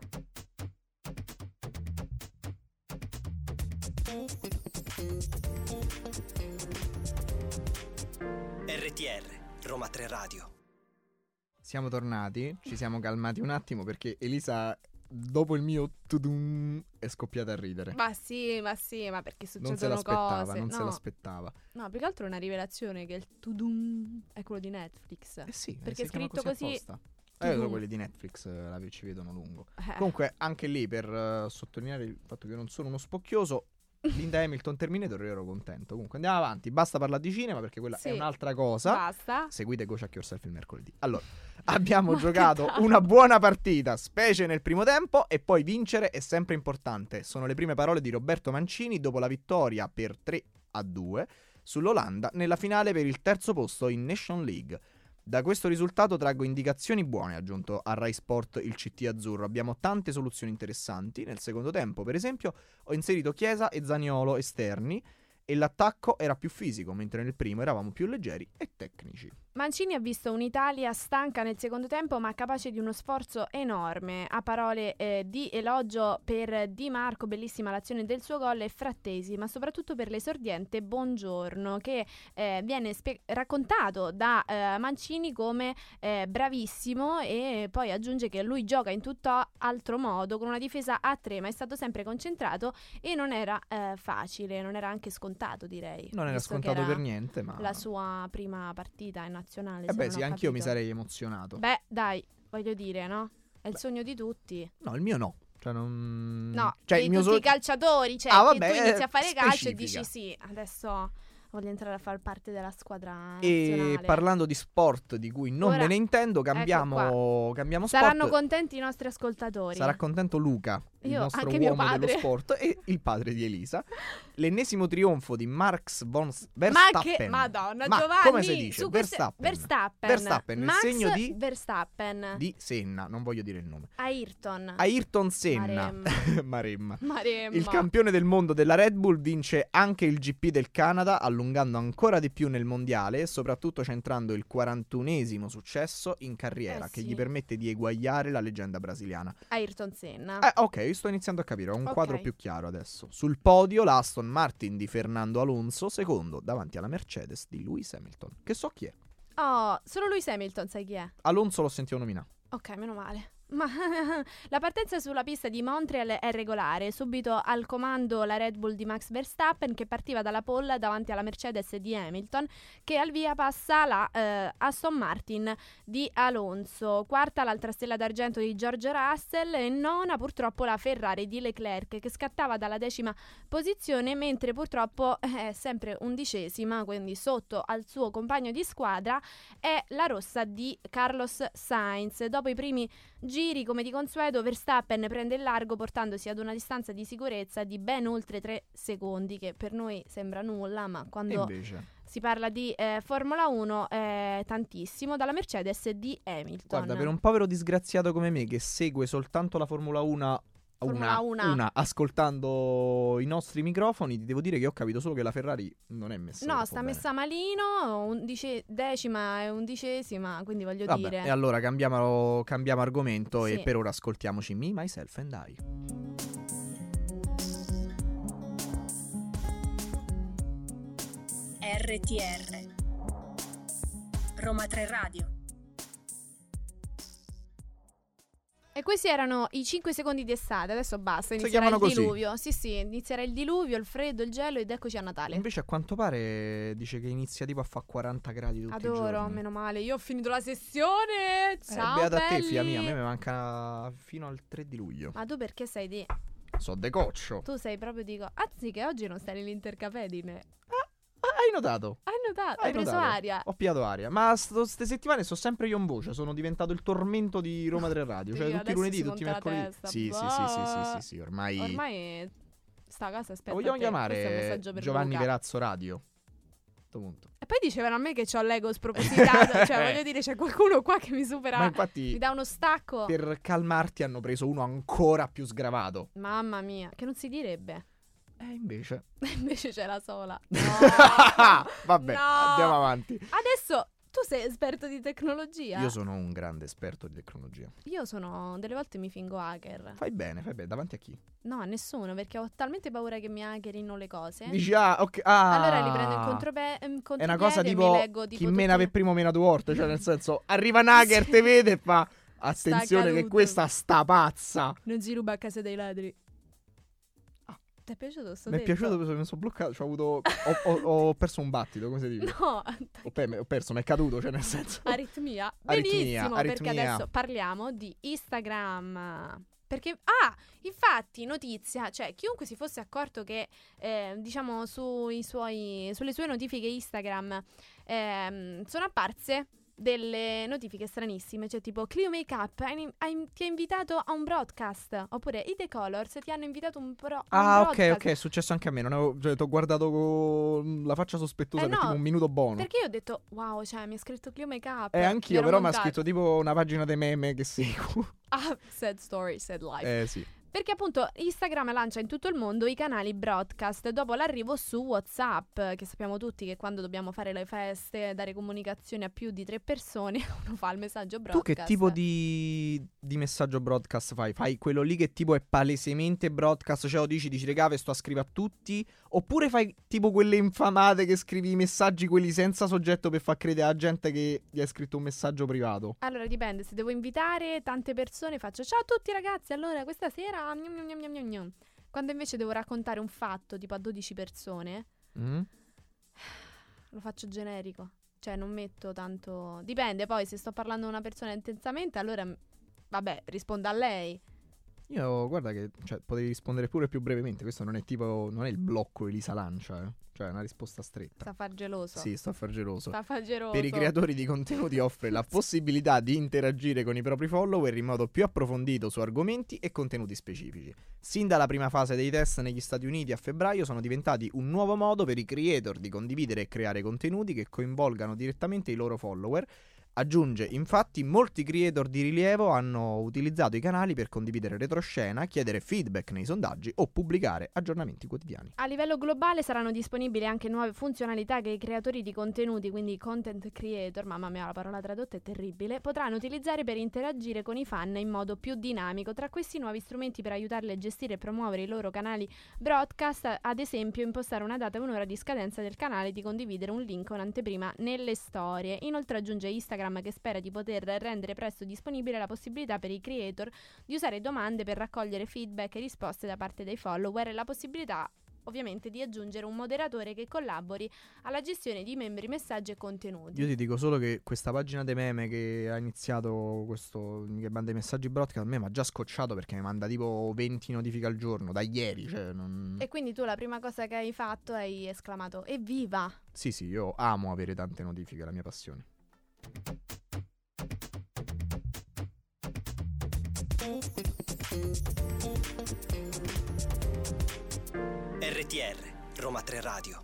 R T R Roma tre Radio. Siamo tornati, ci siamo calmati un attimo perché Elisa, dopo il mio Tudum, è scoppiata a ridere. Ma sì, ma sì, ma perché succedono Non se l'aspettava, cose. non no. se l'aspettava. No, più che altro è una rivelazione che il tudum è quello di Netflix. Eh sì, Perché si è chiama scritto così. apposta. Eh, Tudum. quelli di Netflix eh, la ci vedono lungo. Eh. Comunque, anche lì, per eh, sottolineare il fatto che non sono uno spocchioso, Linda Hamilton Terminator, ero contento. Comunque andiamo avanti, basta parlare di cinema perché quella Sì. è un'altra cosa. Basta. Seguite Go Check Yourself il mercoledì. Allora, abbiamo Ma giocato che dai. una buona partita, specie nel primo tempo, e poi vincere è sempre importante. Sono le prime parole di Roberto Mancini dopo la vittoria per tre a due sull'Olanda nella finale per il terzo posto in Nation League. Da questo risultato traggo indicazioni buone, ha aggiunto a Rai Sport il C T azzurro. Abbiamo tante soluzioni interessanti. Nel secondo tempo, per esempio, ho inserito Chiesa e Zaniolo esterni e l'attacco era più fisico, mentre nel primo eravamo più leggeri e tecnici. Mancini ha visto un'Italia stanca nel secondo tempo ma capace di uno sforzo enorme. A parole eh, di elogio per Di Marco, bellissima l'azione del suo gol, e Frattesi, ma soprattutto per l'esordiente Buongiorno, che eh, viene spe- raccontato da eh, Mancini come eh, bravissimo, e poi aggiunge che lui gioca in tutto altro modo, con una difesa a tre, ma è stato sempre concentrato e non era eh, facile, non era anche scontato, direi. Non era visto che scontato era per niente, ma... la sua prima partita in nazionale. Eh se beh non sì, ho anch'io mi capito. sarei emozionato. Beh, dai, voglio dire, no? È il sogno di tutti. No, il mio no. Cioè non... No, cioè, di il mio tutti so- i calciatori, cioè Ah, che vabbè, tu inizi a fare calcio e specifica. dici sì, adesso voglio entrare a far parte della squadra E nazionale. parlando di sport di cui non Ora, me ne intendo, ecco cambiamo, cambiamo sport. Saranno contenti i nostri ascoltatori. Sarà contento Luca, il Io, nostro anche mio uomo dello padre. sport, e il padre di Elisa. L'ennesimo trionfo di Marx von S- Ma Verstappen. che Madonna, Ma Giovanni, come si dice? su queste- Verstappen. Verstappen. Verstappen, il Max segno di- Verstappen. Di Senna, non voglio dire il nome. Ayrton. Ayrton Senna. Maremma. Maremma. Maremma. Il campione del mondo della Red Bull vince anche il G P del Canada, allungando ancora di più nel mondiale e soprattutto centrando il quarantunesimo successo in carriera, Eh che sì. gli permette di eguagliare la leggenda brasiliana. Ayrton Senna. Eh, ok, sto iniziando a capire, ho un Ok. quadro più chiaro adesso. Sul podio l'Aston Martin di Fernando Alonso, secondo davanti alla Mercedes di Lewis Hamilton. Che so chi è. Oh, solo Lewis Hamilton, sai chi è? Alonso lo sentivo nominare. Ok, meno male. Ma la partenza sulla pista di Montreal è regolare. Subito al comando la Red Bull di Max Verstappen, che partiva dalla pole davanti alla Mercedes di Hamilton, che al via passa la eh, Aston Martin di Alonso. Quarta l'altra stella d'argento di George Russell, e nona purtroppo la Ferrari di Leclerc, che scattava dalla decima posizione, mentre purtroppo è sempre undicesima, quindi sotto al suo compagno di squadra, è la rossa di Carlos Sainz. Dopo i primi giri, come di consueto, Verstappen prende il largo, portandosi ad una distanza di sicurezza di ben oltre tre secondi, che per noi sembra nulla, ma E quando invece, si parla di eh, Formula uno è tantissimo, dalla Mercedes di Hamilton. guarda, per un povero disgraziato come me che segue soltanto la Formula uno Formula una, una. una ascoltando i nostri microfoni, ti devo dire che ho capito solo che la Ferrari non è messa No, troppo sta bene. messa malino, undici- decima e undicesima, quindi voglio Vabbè, dire. e allora cambiamo, cambiamo argomento Sì. e per ora ascoltiamoci Me, Myself and I. R T R Roma tre Radio. E questi erano i cinque secondi di estate, adesso basta, Si inizierà il chiamano così. diluvio. Sì, sì, inizierà il diluvio, il freddo, il gelo, ed eccoci a Natale. Invece a quanto pare dice che inizia tipo a fare quaranta gradi tutti i Adoro, giorni. meno male. Io ho finito la sessione. Eh, Ciao, beata a te, belli. figlia mia, a me mi manca fino al tre di luglio. Ma tu perché sei di... So decoccio. Tu sei proprio di... co- Anzi, che oggi non stai nell'intercapedine. Ah, hai notato? Hai notato? Hai Hai preso notato? aria. Ho pigliato aria. Ma queste settimane sto sempre io in voce. Sono diventato il tormento di Roma tre Radio. Cioè Sì, tutti i adesso lunedì, si tutti i monta la mercoledì. testa. Sì, sì, Boh. sì, sì, sì, sì, sì, ormai... Ormai sta cosa aspetta. Ma vogliamo te. Questo è un chiamare messaggio per Giovanni Luca. Verazzo Radio? A questo punto. E poi dicevano a me che ho l'ego spropositato. Cioè, voglio dire, c'è qualcuno qua che mi supera. Ma infatti, Mi dà uno stacco. per calmarti hanno preso uno ancora più sgravato. Mamma mia, che non si direbbe. E invece... Invece c'è la sola. No. Vabbè, No. andiamo avanti. Adesso tu sei esperto di tecnologia. Io sono un grande esperto di tecnologia. Io sono, delle volte mi fingo hacker. Fai bene, fai bene. Davanti a chi? No, a nessuno, perché ho talmente paura che mi hackerino le cose. Dici, ah, ok. Ah, Allora li prendo in contrope- in È una cosa contropiede e tipo, mi leggo tipo chi mena tutti- per primo mena due volte. Cioè, nel senso, arriva un hacker, Sì. te vede e fa... Attenzione che caduto. questa sta pazza. Non si ruba a casa dei ladri. Ah. Ti è piaciuto sto Mi è detto? piaciuto perché mi sono bloccato. Cioè, ho, avuto, ho, ho- ho perso un battito, come si dice? No, Ho, pe- ho perso, mi è caduto, cioè nel senso... aritmia. Aritmia, Benissimo, perché aritmia. adesso parliamo di Instagram. Perché, ah, infatti, notizia, cioè chiunque si fosse accorto che, eh, diciamo, sui suoi, sulle sue notifiche Instagram ehm, sono apparse delle notifiche stranissime, cioè tipo Clio Makeup ha in- ha in- ti ha invitato a un broadcast, oppure I The Colors ti hanno invitato un pro- a un Ah, ok, broadcast. ok, è successo anche a me. Non avevo, cioè, t'ho guardato con la faccia sospettosa Eh per no, tipo un minuto buono. Perché io ho detto, wow, cioè mi ha scritto Clio Makeup. Eh, mi anch'io, ero però mi ha montato. scritto tipo una pagina dei meme che seguo. Ah, sad story, sad life. Eh, sì. Perché appunto Instagram lancia in tutto il mondo i canali broadcast dopo l'arrivo su WhatsApp, che sappiamo tutti che quando dobbiamo fare le feste, dare comunicazioni a più di tre persone, uno fa il messaggio broadcast. Tu che tipo di, di messaggio broadcast fai? Fai quello lì che tipo è palesemente broadcast, cioè lo dici, dici regà, sto a scrivere a tutti? Oppure fai tipo quelle infamate che scrivi i messaggi, quelli senza soggetto, per far credere alla gente che gli hai scritto un messaggio privato? Allora dipende, se devo invitare tante persone faccio ciao a tutti ragazzi, allora questa sera gnam gnam gnam gnam gnam. Quando invece devo raccontare un fatto tipo a dodici persone Mm? lo faccio generico, cioè non metto tanto, dipende poi se sto parlando a una persona intensamente allora m- vabbè rispondo a lei. Io, guarda che, cioè, potevi rispondere pure più brevemente. Questo non è tipo, non è il blocco Elisa Lancia, eh. Cioè è una risposta stretta. Sta a far geloso. Sì, sto a far geloso. Sta a far geloso. Per i creatori di contenuti offre la possibilità di interagire con i propri follower in modo più approfondito su argomenti e contenuti specifici. Sin dalla prima fase dei test negli Stati Uniti a febbraio sono diventati un nuovo modo per i creator di condividere e creare contenuti che coinvolgano direttamente i loro follower. Aggiunge, infatti, molti creator di rilievo hanno utilizzato i canali per condividere retroscena, chiedere feedback nei sondaggi o pubblicare aggiornamenti quotidiani. A livello globale saranno disponibili anche nuove funzionalità che i creatori di contenuti, quindi i content creator, mamma mia la parola tradotta è terribile, potranno utilizzare per interagire con i fan in modo più dinamico. Tra questi nuovi strumenti per aiutarli a gestire e promuovere i loro canali broadcast, ad esempio impostare una data e un'ora di scadenza del canale, di condividere un link o un'anteprima nelle storie. Inoltre aggiunge Instagram che spera di poter rendere presto disponibile la possibilità per i creator di usare domande per raccogliere feedback e risposte da parte dei follower e la possibilità ovviamente di aggiungere un moderatore che collabori alla gestione di membri, messaggi e contenuti. Io ti dico solo che questa pagina dei meme che ha iniziato questo, che manda i messaggi broadcast, a me mi ha già scocciato perché mi manda tipo venti notifiche al giorno da ieri, cioè non... E quindi tu la prima cosa che hai fatto hai esclamato evviva! Sì, sì, io amo avere tante notifiche, è la mia passione. R T R, Roma tre Radio.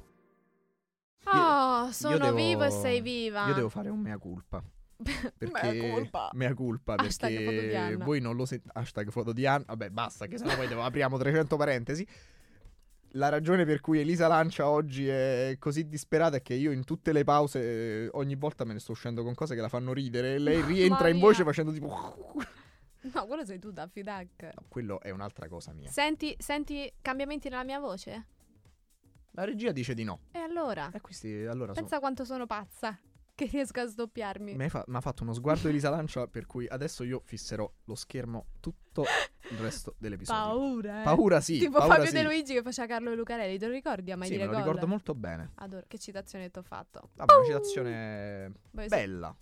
Oh, sono devo- vivo e sei viva! Io devo fare un mea culpa. Perché Mea culpa. Mea culpa Hashtag foto di perché Anna. voi non lo sentite. Hashtag foto di Anna. Vabbè, basta, che sennò poi devo- apriamo trecento parentesi. La ragione per cui Elisa Lancia oggi è così disperata è che io in tutte le pause eh, ogni volta me ne sto uscendo con cose che la fanno ridere e lei Mamma rientra in mia. voce facendo tipo... No, quello sei tu, Daffy Duck. No, quello è un'altra cosa mia. Senti, senti cambiamenti nella mia voce? La regia dice di no. E allora? E questi allora Pensa quanto sono pazza che riesco a sdoppiarmi. Mi ha fatto uno sguardo Elisa Lancia per cui adesso io fisserò lo schermo tutto il resto dell'episodio. Paura, eh. Paura sì, Tipo paura Fabio sì. De Luigi che faceva Carlo e Lucarelli, te lo ricordi a mai Sì, dire me lo gol? ricordo molto bene. Adoro, che citazione ti ho fatto. Vabbè, una citazione Poi se- bella.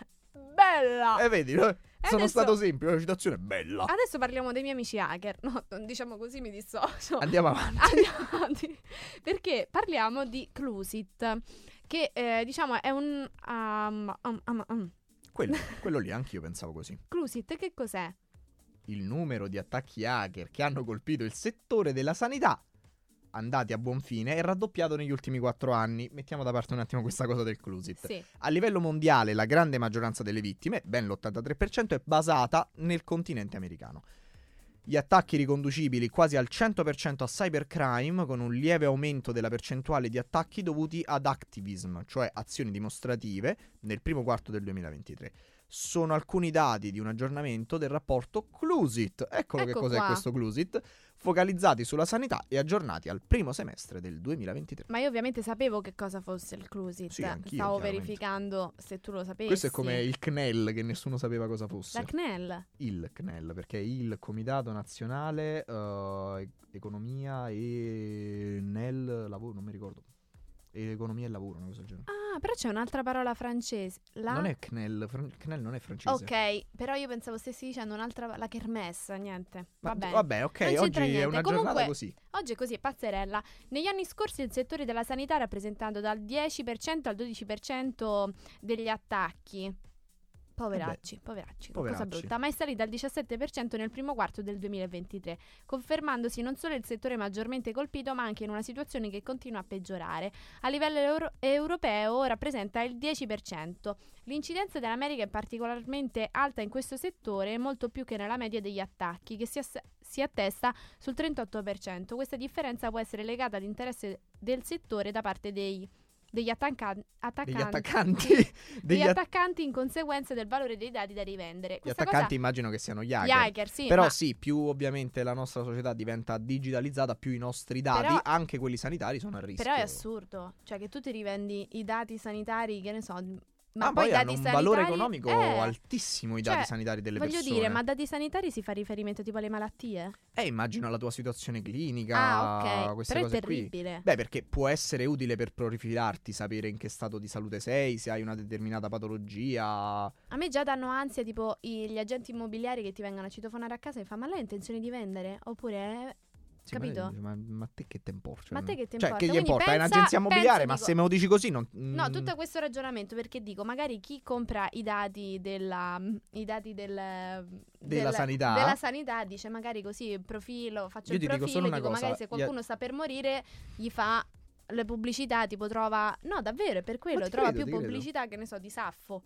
Bella! Eh, vedi, no? sono adesso- stato semplice, una citazione bella. Adesso parliamo dei miei amici hacker. No, non diciamo così mi dissocio. Andiamo avanti. Andiamo avanti. Perché parliamo di Clusit, che eh, diciamo è un... um, um, um, um. Quello, quello lì, anch'io pensavo così. Clusit che cos'è? Il numero di attacchi hacker che hanno colpito il settore della sanità andati a buon fine è raddoppiato negli ultimi quattro anni. Mettiamo da parte un attimo questa cosa del Clusit. Sì. A livello mondiale la grande maggioranza delle vittime, ben l'ottantatré per cento, è basata nel continente americano. Gli attacchi riconducibili quasi al cento per cento a cybercrime, con un lieve aumento della percentuale di attacchi dovuti ad activism, cioè azioni dimostrative, nel primo quarto del duemilaventitré. Sono alcuni dati di un aggiornamento del rapporto Clusit. Eccolo Ecco che cos'è qua. questo Clusit, focalizzati sulla sanità e aggiornati al primo semestre del duemilaventitré. Ma io ovviamente sapevo che cosa fosse il Clusit. Sì, anch'io, Stavo chiaramente. verificando se tu lo sapessi. Questo è come il C N E L, che nessuno sapeva cosa fosse. La C N E L. Il C N E L, perché è il Comitato Nazionale eh, Economia e N E L Lavoro, non mi ricordo. Economia e lavoro, una cosa del genere. Ah, però c'è un'altra parola francese. La... Non è C N E L, fran- C N E L non è francese. Ok, però io pensavo stessi dicendo un'altra, la kermesse, niente. Ma- Va bene. Vabbè, ok, Non c'entra oggi è niente. una Comunque, giornata così. Oggi è così, pazzerella. Negli anni scorsi il settore della sanità ha rappresentato dal dieci per cento al dodici per cento degli attacchi. Poveracci, poveracci, poveracci. cosa brutta, ma è salita al diciassette per cento nel primo quarto del duemilaventitré, confermandosi non solo il settore maggiormente colpito, ma anche in una situazione che continua a peggiorare. A livello euro- europeo rappresenta il dieci per cento. L'incidenza dell'America è particolarmente alta in questo settore, molto più che nella media degli attacchi, che si, ass- si attesta sul trentotto per cento. Questa differenza può essere legata all'interesse del settore da parte dei degli attacca- attaccanti, Degli attaccanti. degli degli att- attaccanti in conseguenza del valore dei dati da rivendere. Gli Questa attaccanti cosa, immagino che siano gli gli hacker. hacker, sì, Però ma sì, più ovviamente la nostra società diventa digitalizzata, più i nostri dati, Però- anche quelli sanitari, sono a rischio. però è assurdo, cioè che tu ti rivendi i dati sanitari, che ne so, ma Ma poi poi i hanno dati un sanitari, valore economico eh, altissimo i cioè, dati sanitari delle voglio persone. dire, ma dati sanitari si fa riferimento tipo alle malattie? Eh, immagino la tua situazione clinica, Ah, ok, queste però è cose qui. terribile. Beh, perché può essere utile per profilarti, sapere in che stato di salute sei, se hai una determinata patologia. A me già danno ansia tipo i- gli agenti immobiliari che ti vengono a citofonare a casa e fa: ma lei ha intenzione di vendere? Oppure Sì, ma, capito? ma, ma a te che te importa? Ma a te che te Cioè, importa? che gli Quindi importa? È pensa- un'agenzia immobiliare, pensa, ma dico- se me lo dici così non... No, mm, tutto questo ragionamento perché dico, magari chi compra i dati della i dati del, del- sanità? della sanità dice magari così profilo, faccio Io il ti dico profilo solo e una dico cosa, magari se gli- qualcuno sta per morire gli fa le pubblicità, tipo trova, no davvero è per quello, ti trova credo, più ti credo. pubblicità che ne so di Saffo.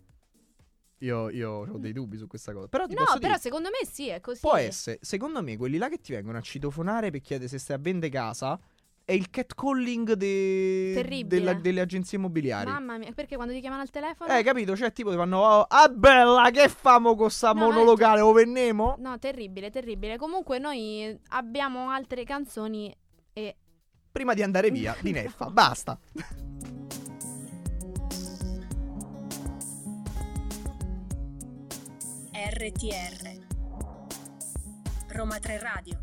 Io, io ho dei dubbi su questa cosa. Però ti No, posso però dire, secondo me sì, è così. può essere, secondo me, quelli là che ti vengono a citofonare per chiedere se stai a vendere casa è il catcalling de- Terribile. della- delle agenzie immobiliari. Mamma mia, perché quando ti chiamano al telefono? Eh, capito? Cioè, tipo, ti fanno, oh, ah, bella, che famo con sta No, ma- monolocale, o vennemo? No, terribile, terribile. Comunque noi abbiamo altre canzoni e Prima di andare via, di Neffa, basta. R T R Roma tre Radio.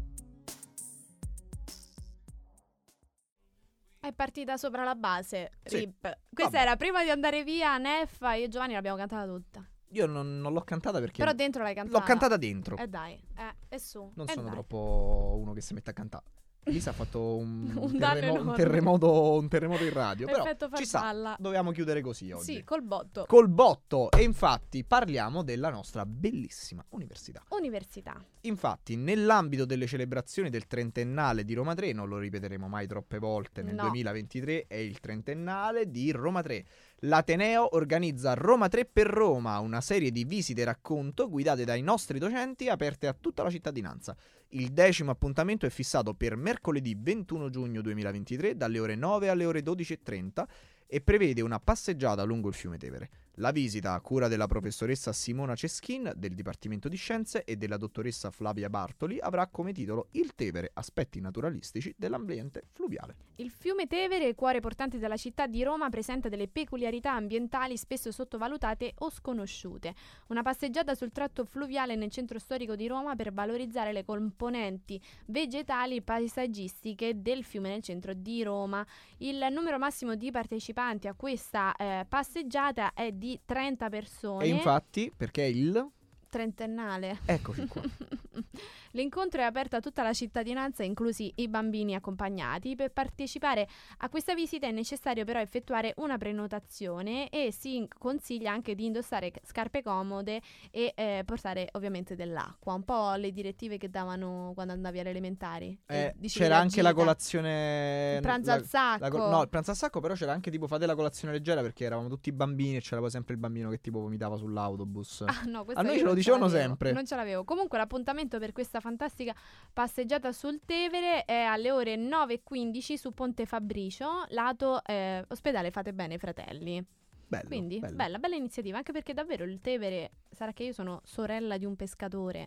è partita sopra la base. Sì. Rip. Questa Vabbè. era prima di andare via, Neffa, io e Giovanni l'abbiamo cantata tutta. Io non, non l'ho cantata perché Però dentro l'hai cantata. l'ho cantata dentro. Eh dai, eh, e su. Non eh sono dai. troppo uno che si mette a cantare. Elisa ha fatto un, Un terremo- danno un enorme. terremoto, un terremoto in radio. Però Effetto ci sta, farfalla. dovevamo chiudere così oggi. Sì, col botto. Col botto. E infatti parliamo della nostra bellissima università. Università. Infatti, nell'ambito delle celebrazioni del trentennale di Roma tre, non lo ripeteremo mai troppe volte, nel No. duemilaventitré è il trentennale di Roma tre. L'Ateneo organizza Roma tre per Roma, una serie di visite racconto guidate dai nostri docenti aperte a tutta la cittadinanza. Il decimo appuntamento è fissato per mercoledì ventuno giugno duemilaventitré dalle ore nove alle ore dodici e trenta e prevede una passeggiata lungo il fiume Tevere. La visita, a cura della professoressa Simona Ceschin del Dipartimento di Scienze e della dottoressa Flavia Bartoli, avrà come titolo Il Tevere, aspetti naturalistici dell'ambiente fluviale. Il fiume Tevere, cuore portante della città di Roma, presenta delle peculiarità ambientali spesso sottovalutate o sconosciute. Una passeggiata sul tratto fluviale nel centro storico di Roma per valorizzare le componenti vegetali e paesaggistiche del fiume nel centro di Roma. Il numero massimo di partecipanti a questa eh, passeggiata è di trenta persone. E infatti, perché il... Trentennale. Eccoci qua. L'incontro è aperto a tutta la cittadinanza, inclusi i bambini accompagnati. Per partecipare a questa visita è necessario però effettuare una prenotazione e si consiglia anche di indossare scarpe comode e eh, portare ovviamente dell'acqua, un po' le direttive che davano quando andavi alle elementari. che Eh, dicevi c'era la anche la gita, colazione... il pranzo la- al sacco. la co- no, il pranzo al sacco, però c'era anche tipo fate la colazione leggera perché eravamo tutti bambini e c'era poi sempre il bambino che tipo vomitava sull'autobus. Ah, no, questo A noi io ce lo non dicevano l'avevo, sempre. Non ce l'avevo. Comunque l'appuntamento per questa fantastica passeggiata sul Tevere è alle ore nove e quindici su Ponte Fabricio, lato eh, ospedale Fate Bene Fratelli. Bello, Quindi bello. bella, bella iniziativa, anche perché davvero il Tevere, sarà che io sono sorella di un pescatore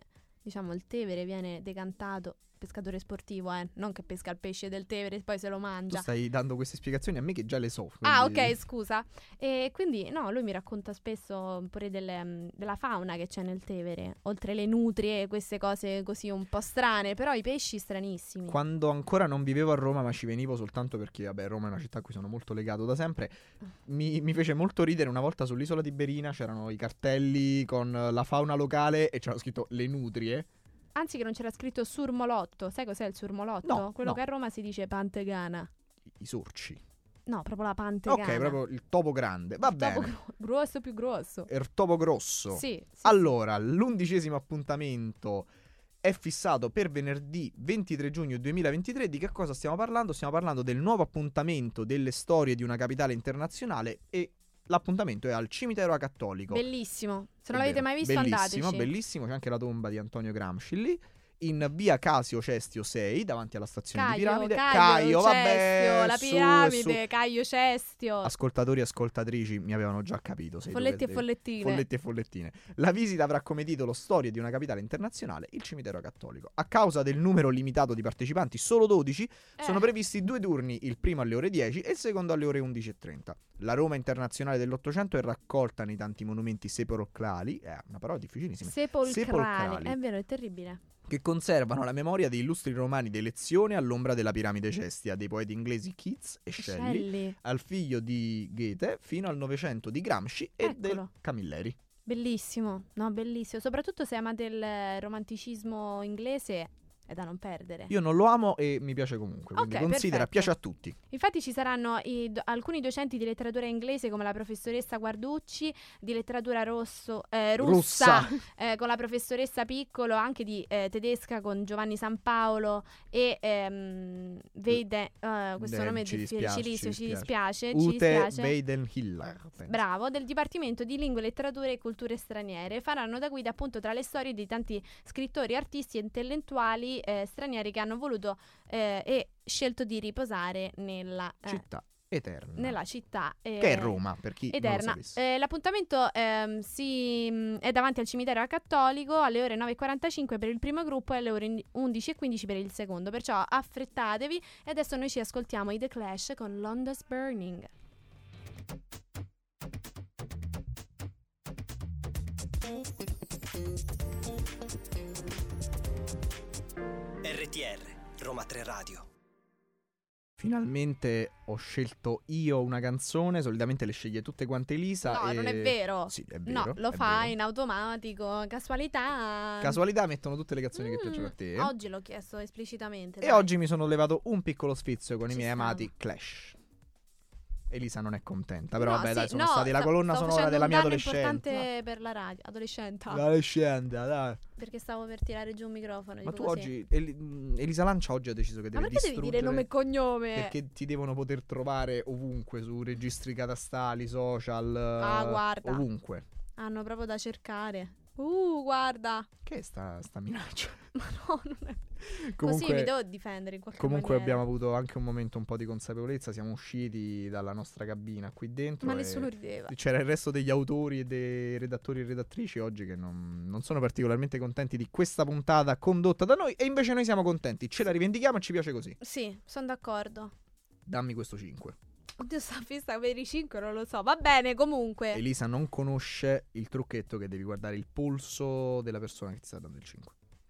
diciamo il Tevere viene decantato, pescatore sportivo, eh, non che pesca il pesce del Tevere e poi se lo Tu mangia. stai dando queste spiegazioni a me che già le so. Ah, quindi- ok, scusa. E quindi, no, lui mi racconta spesso pure delle, mm, della fauna che c'è nel Tevere, oltre le nutrie, queste cose così un po' strane, però i pesci stranissimi. Quando ancora non vivevo a Roma, ma ci venivo soltanto perché, vabbè, Roma è una città a cui sono molto legato da sempre, mi, mi fece molto ridere una volta sull'isola di Berina, c'erano i cartelli con la fauna locale e c'era scritto le nutrie. Anzi che non c'era scritto surmolotto. Sai cos'è il surmolotto? No, Quello no. che a Roma si dice pantegana. I, i sorci. No, proprio la pantegana. Ok, proprio il topo grande. Va Il topo bene. gro- grosso più grosso. Il topo grosso. Sì, sì, Allora, l'undicesimo appuntamento è fissato per venerdì ventitré giugno duemilaventitré. Di che cosa stiamo parlando? Stiamo parlando del nuovo appuntamento delle storie di una capitale internazionale e l'appuntamento è al cimitero acattolico. Bellissimo. Se È non l'avete vero, mai visto, bellissimo, andateci. bellissimo. C'è anche la tomba di Antonio Gramsci lì. In via Casio Cestio sei, davanti alla stazione Caio, di Piramide. Caio, vabbè, Cestio, la su e piramide, su. Caio Cestio. Ascoltatori e ascoltatrici mi avevano già capito. sei Folletti e dove- follettine. Folletti e follettine. La visita avrà come titolo Storie di una capitale internazionale, il cimitero cattolico. A causa del numero limitato di partecipanti, solo dodici, sono Eh. previsti due turni, il primo alle ore dieci e il secondo alle ore undici e trenta. La Roma internazionale dell'Ottocento è raccolta nei tanti monumenti sepolcrali, è una parola difficilissima, Sepolcrali. sepolcrali. È vero, è terribile. che conservano la memoria di illustri romani d'elezione all'ombra della piramide Cestia, dei poeti inglesi Keats e Shelley, Shelley. al figlio di Goethe fino al Novecento di Gramsci e del Eccolo. Camilleri. Bellissimo, no, bellissimo. Soprattutto se amate il eh, romanticismo inglese, è da non perdere. Io non lo amo e mi piace comunque, quindi Ok, considera, perfetto. piace a tutti. Infatti ci saranno i do- alcuni docenti di letteratura inglese come la professoressa Guarducci, di letteratura rosso, eh, russa, eh, con la professoressa Piccolo, anche di eh, tedesca con Giovanni San Paolo e ehm, Veide, eh, questo Eh, nome è ci difficile, dispiace, ci ci dispiace, ci Ute dispiace. Weidenhiller. penso. Bravo, del Dipartimento di Lingue, Letterature e Culture Straniere. Faranno da guida appunto tra le storie di tanti scrittori, artisti e intellettuali eh, stranieri che hanno voluto eh, e scelto di riposare nella, eh, Città eterna. nella città. eh, Che è Roma, per chi non lo Eterna. sapesse. Eh, l'appuntamento ehm, si, mh, è davanti al cimitero cattolico alle ore nove e quarantacinque per il primo gruppo e alle ore undici e quindici per il secondo. Perciò affrettatevi e adesso noi ci ascoltiamo i The Clash con London's Burning. R T R, Roma tre Radio. Finalmente ho scelto io una canzone, solitamente le sceglie tutte quante Elisa. No, e... non è vero. Sì, è vero. No, lo è fa vero. in automatico, casualità. Casualità, mettono tutte le canzoni che Mm, piacciono a te. Oggi l'ho chiesto esplicitamente. E dai. oggi mi sono levato un piccolo sfizio con Ci i miei stava. amati Clash. Elisa non è contenta, però No, vabbè sì, dai, sono no, stati la sto- colonna sto sonora facendo della un mia danno adolescenza. importante per la radio, adolescente. Adolescenza, dai. Perché stavo per tirare giù un microfono. Ma dico tu così. oggi, Eli- mh, Elisa Lancia oggi ha deciso che Ma deve perché devi dire distruggere nome e cognome? perché ti devono poter trovare ovunque, su registri catastali, social, Ah, eh, guarda. ovunque. Hanno proprio da cercare. Uh, guarda. Che è sta, sta minaccia? Ma no, non è. Così Comunque, mi devo difendere in qualche comunque maniera. abbiamo avuto anche un momento un po' di consapevolezza, siamo usciti dalla nostra cabina qui dentro Ma e nessuno rideva. c'era il resto degli autori e dei redattori e redattrici oggi che non, non sono particolarmente contenti di questa puntata condotta da noi e invece noi siamo contenti, ce la rivendichiamo e ci piace così. Sì, sono d'accordo. Dammi questo cinque. Oddio, sta fissa per i cinque, non lo so. Va bene, comunque. Elisa non conosce il trucchetto che devi guardare il polso della persona che ti sta dando il cinque.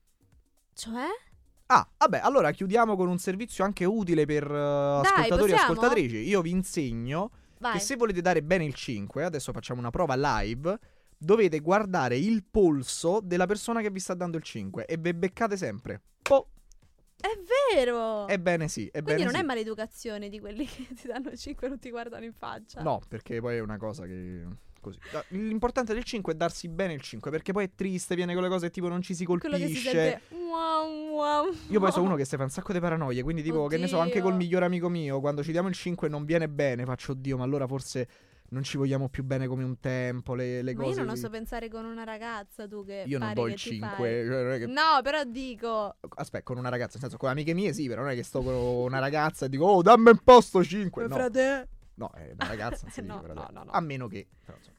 Cioè? Ah, vabbè, allora chiudiamo con un servizio anche utile per uh, ascoltatori e possiamo? ascoltatrici. Io vi insegno Vai. che se volete dare bene il cinque, adesso facciamo una prova live, dovete guardare il polso della persona che vi sta dando il cinque e ve beccate sempre. Oh, È vero. ebbene sì, ebbene Quindi non sì. è maleducazione di quelli che ti danno il cinque e non ti guardano in faccia. No, perché poi è una cosa che... così. Da- L'importante del cinque è darsi bene il cinque, perché poi è triste, viene con le cose tipo non ci si Quello che si colpisce. sente. Wow, wow. Io poi sono uno che si fa un sacco di paranoie, quindi tipo, che ne so, anche Oddio. col migliore amico mio, quando ci diamo il cinque non viene bene, faccio, oddio, ma allora forse non ci vogliamo più bene come un tempo, le, le Ma cose... io non così. oso pensare con una ragazza, tu che Io non pare do che il ti cinque, fai. cioè non è che... No, però dico. Aspetta, con una ragazza, nel senso, con amiche mie sì, però non è che sto con una ragazza e dico, oh, dammi un posto cinque, no. Frate. No, è una ragazza, non si No, dice, no, frate. no, no. A meno che... però, insomma.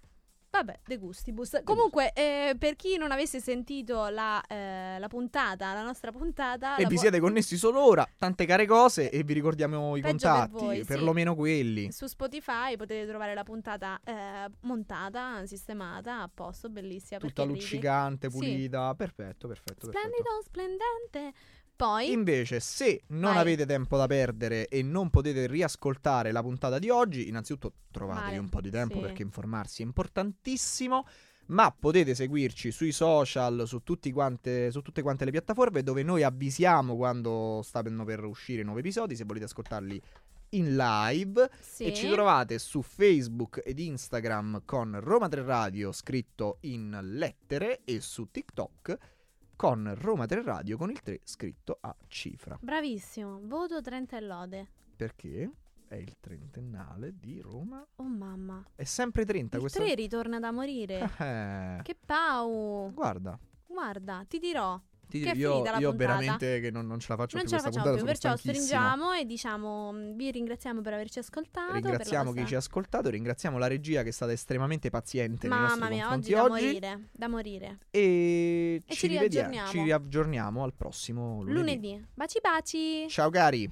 Vabbè, de gustibus. Comunque, eh, per chi non avesse sentito la, eh, la puntata, la nostra puntata... E la vi po- siete connessi solo ora, tante care cose, e vi ricordiamo i Peggio per contatti, voi, sì. perlomeno quelli. Su Spotify potete trovare la puntata eh, montata, sistemata, a posto, bellissima. Tutta perché ridi. luccicante, Sì. pulita, perfetto, perfetto, perfetto. Splendido, splendente. Poi, Invece, se non Vai. avete tempo da perdere e non potete riascoltare la puntata di oggi, innanzitutto trovatevi Male, un po' di tempo sì. perché informarsi è importantissimo, ma potete seguirci sui social, su, tutti quante, su tutte quante le piattaforme dove noi avvisiamo quando stanno per uscire nuovi episodi, se volete ascoltarli in live. sì. E ci trovate su Facebook ed Instagram con Roma tre Radio scritto in lettere e su TikTok con Roma tre Radio con il tre scritto a cifra. Bravissimo, voto trenta e lode. Perché è il trentennale di Roma. Oh mamma. È sempre trenta Il questo. tre ritorna da morire. Eh, Che pau. guarda, Guarda, ti dirò. ti Che è io, finita la io puntata. veramente che non, non ce la faccio Non più ce la questa facciamo puntata, più, sono perciò stanchissimo. stringiamo e diciamo mh, vi ringraziamo per averci ascoltato. Ringraziamo per chi ci ha la ascoltato, ringraziamo la regia che è stata estremamente paziente nei nostra... nostri Mamma mia, confronti oggi da oggi. morire, da morire. E, E ci, ci rivediamo, riaggiorniamo. ci riaggiorniamo al prossimo lunedì. Lunedì. Baci baci. Ciao cari.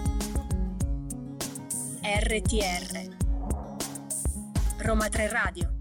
R T R Roma tre Radio.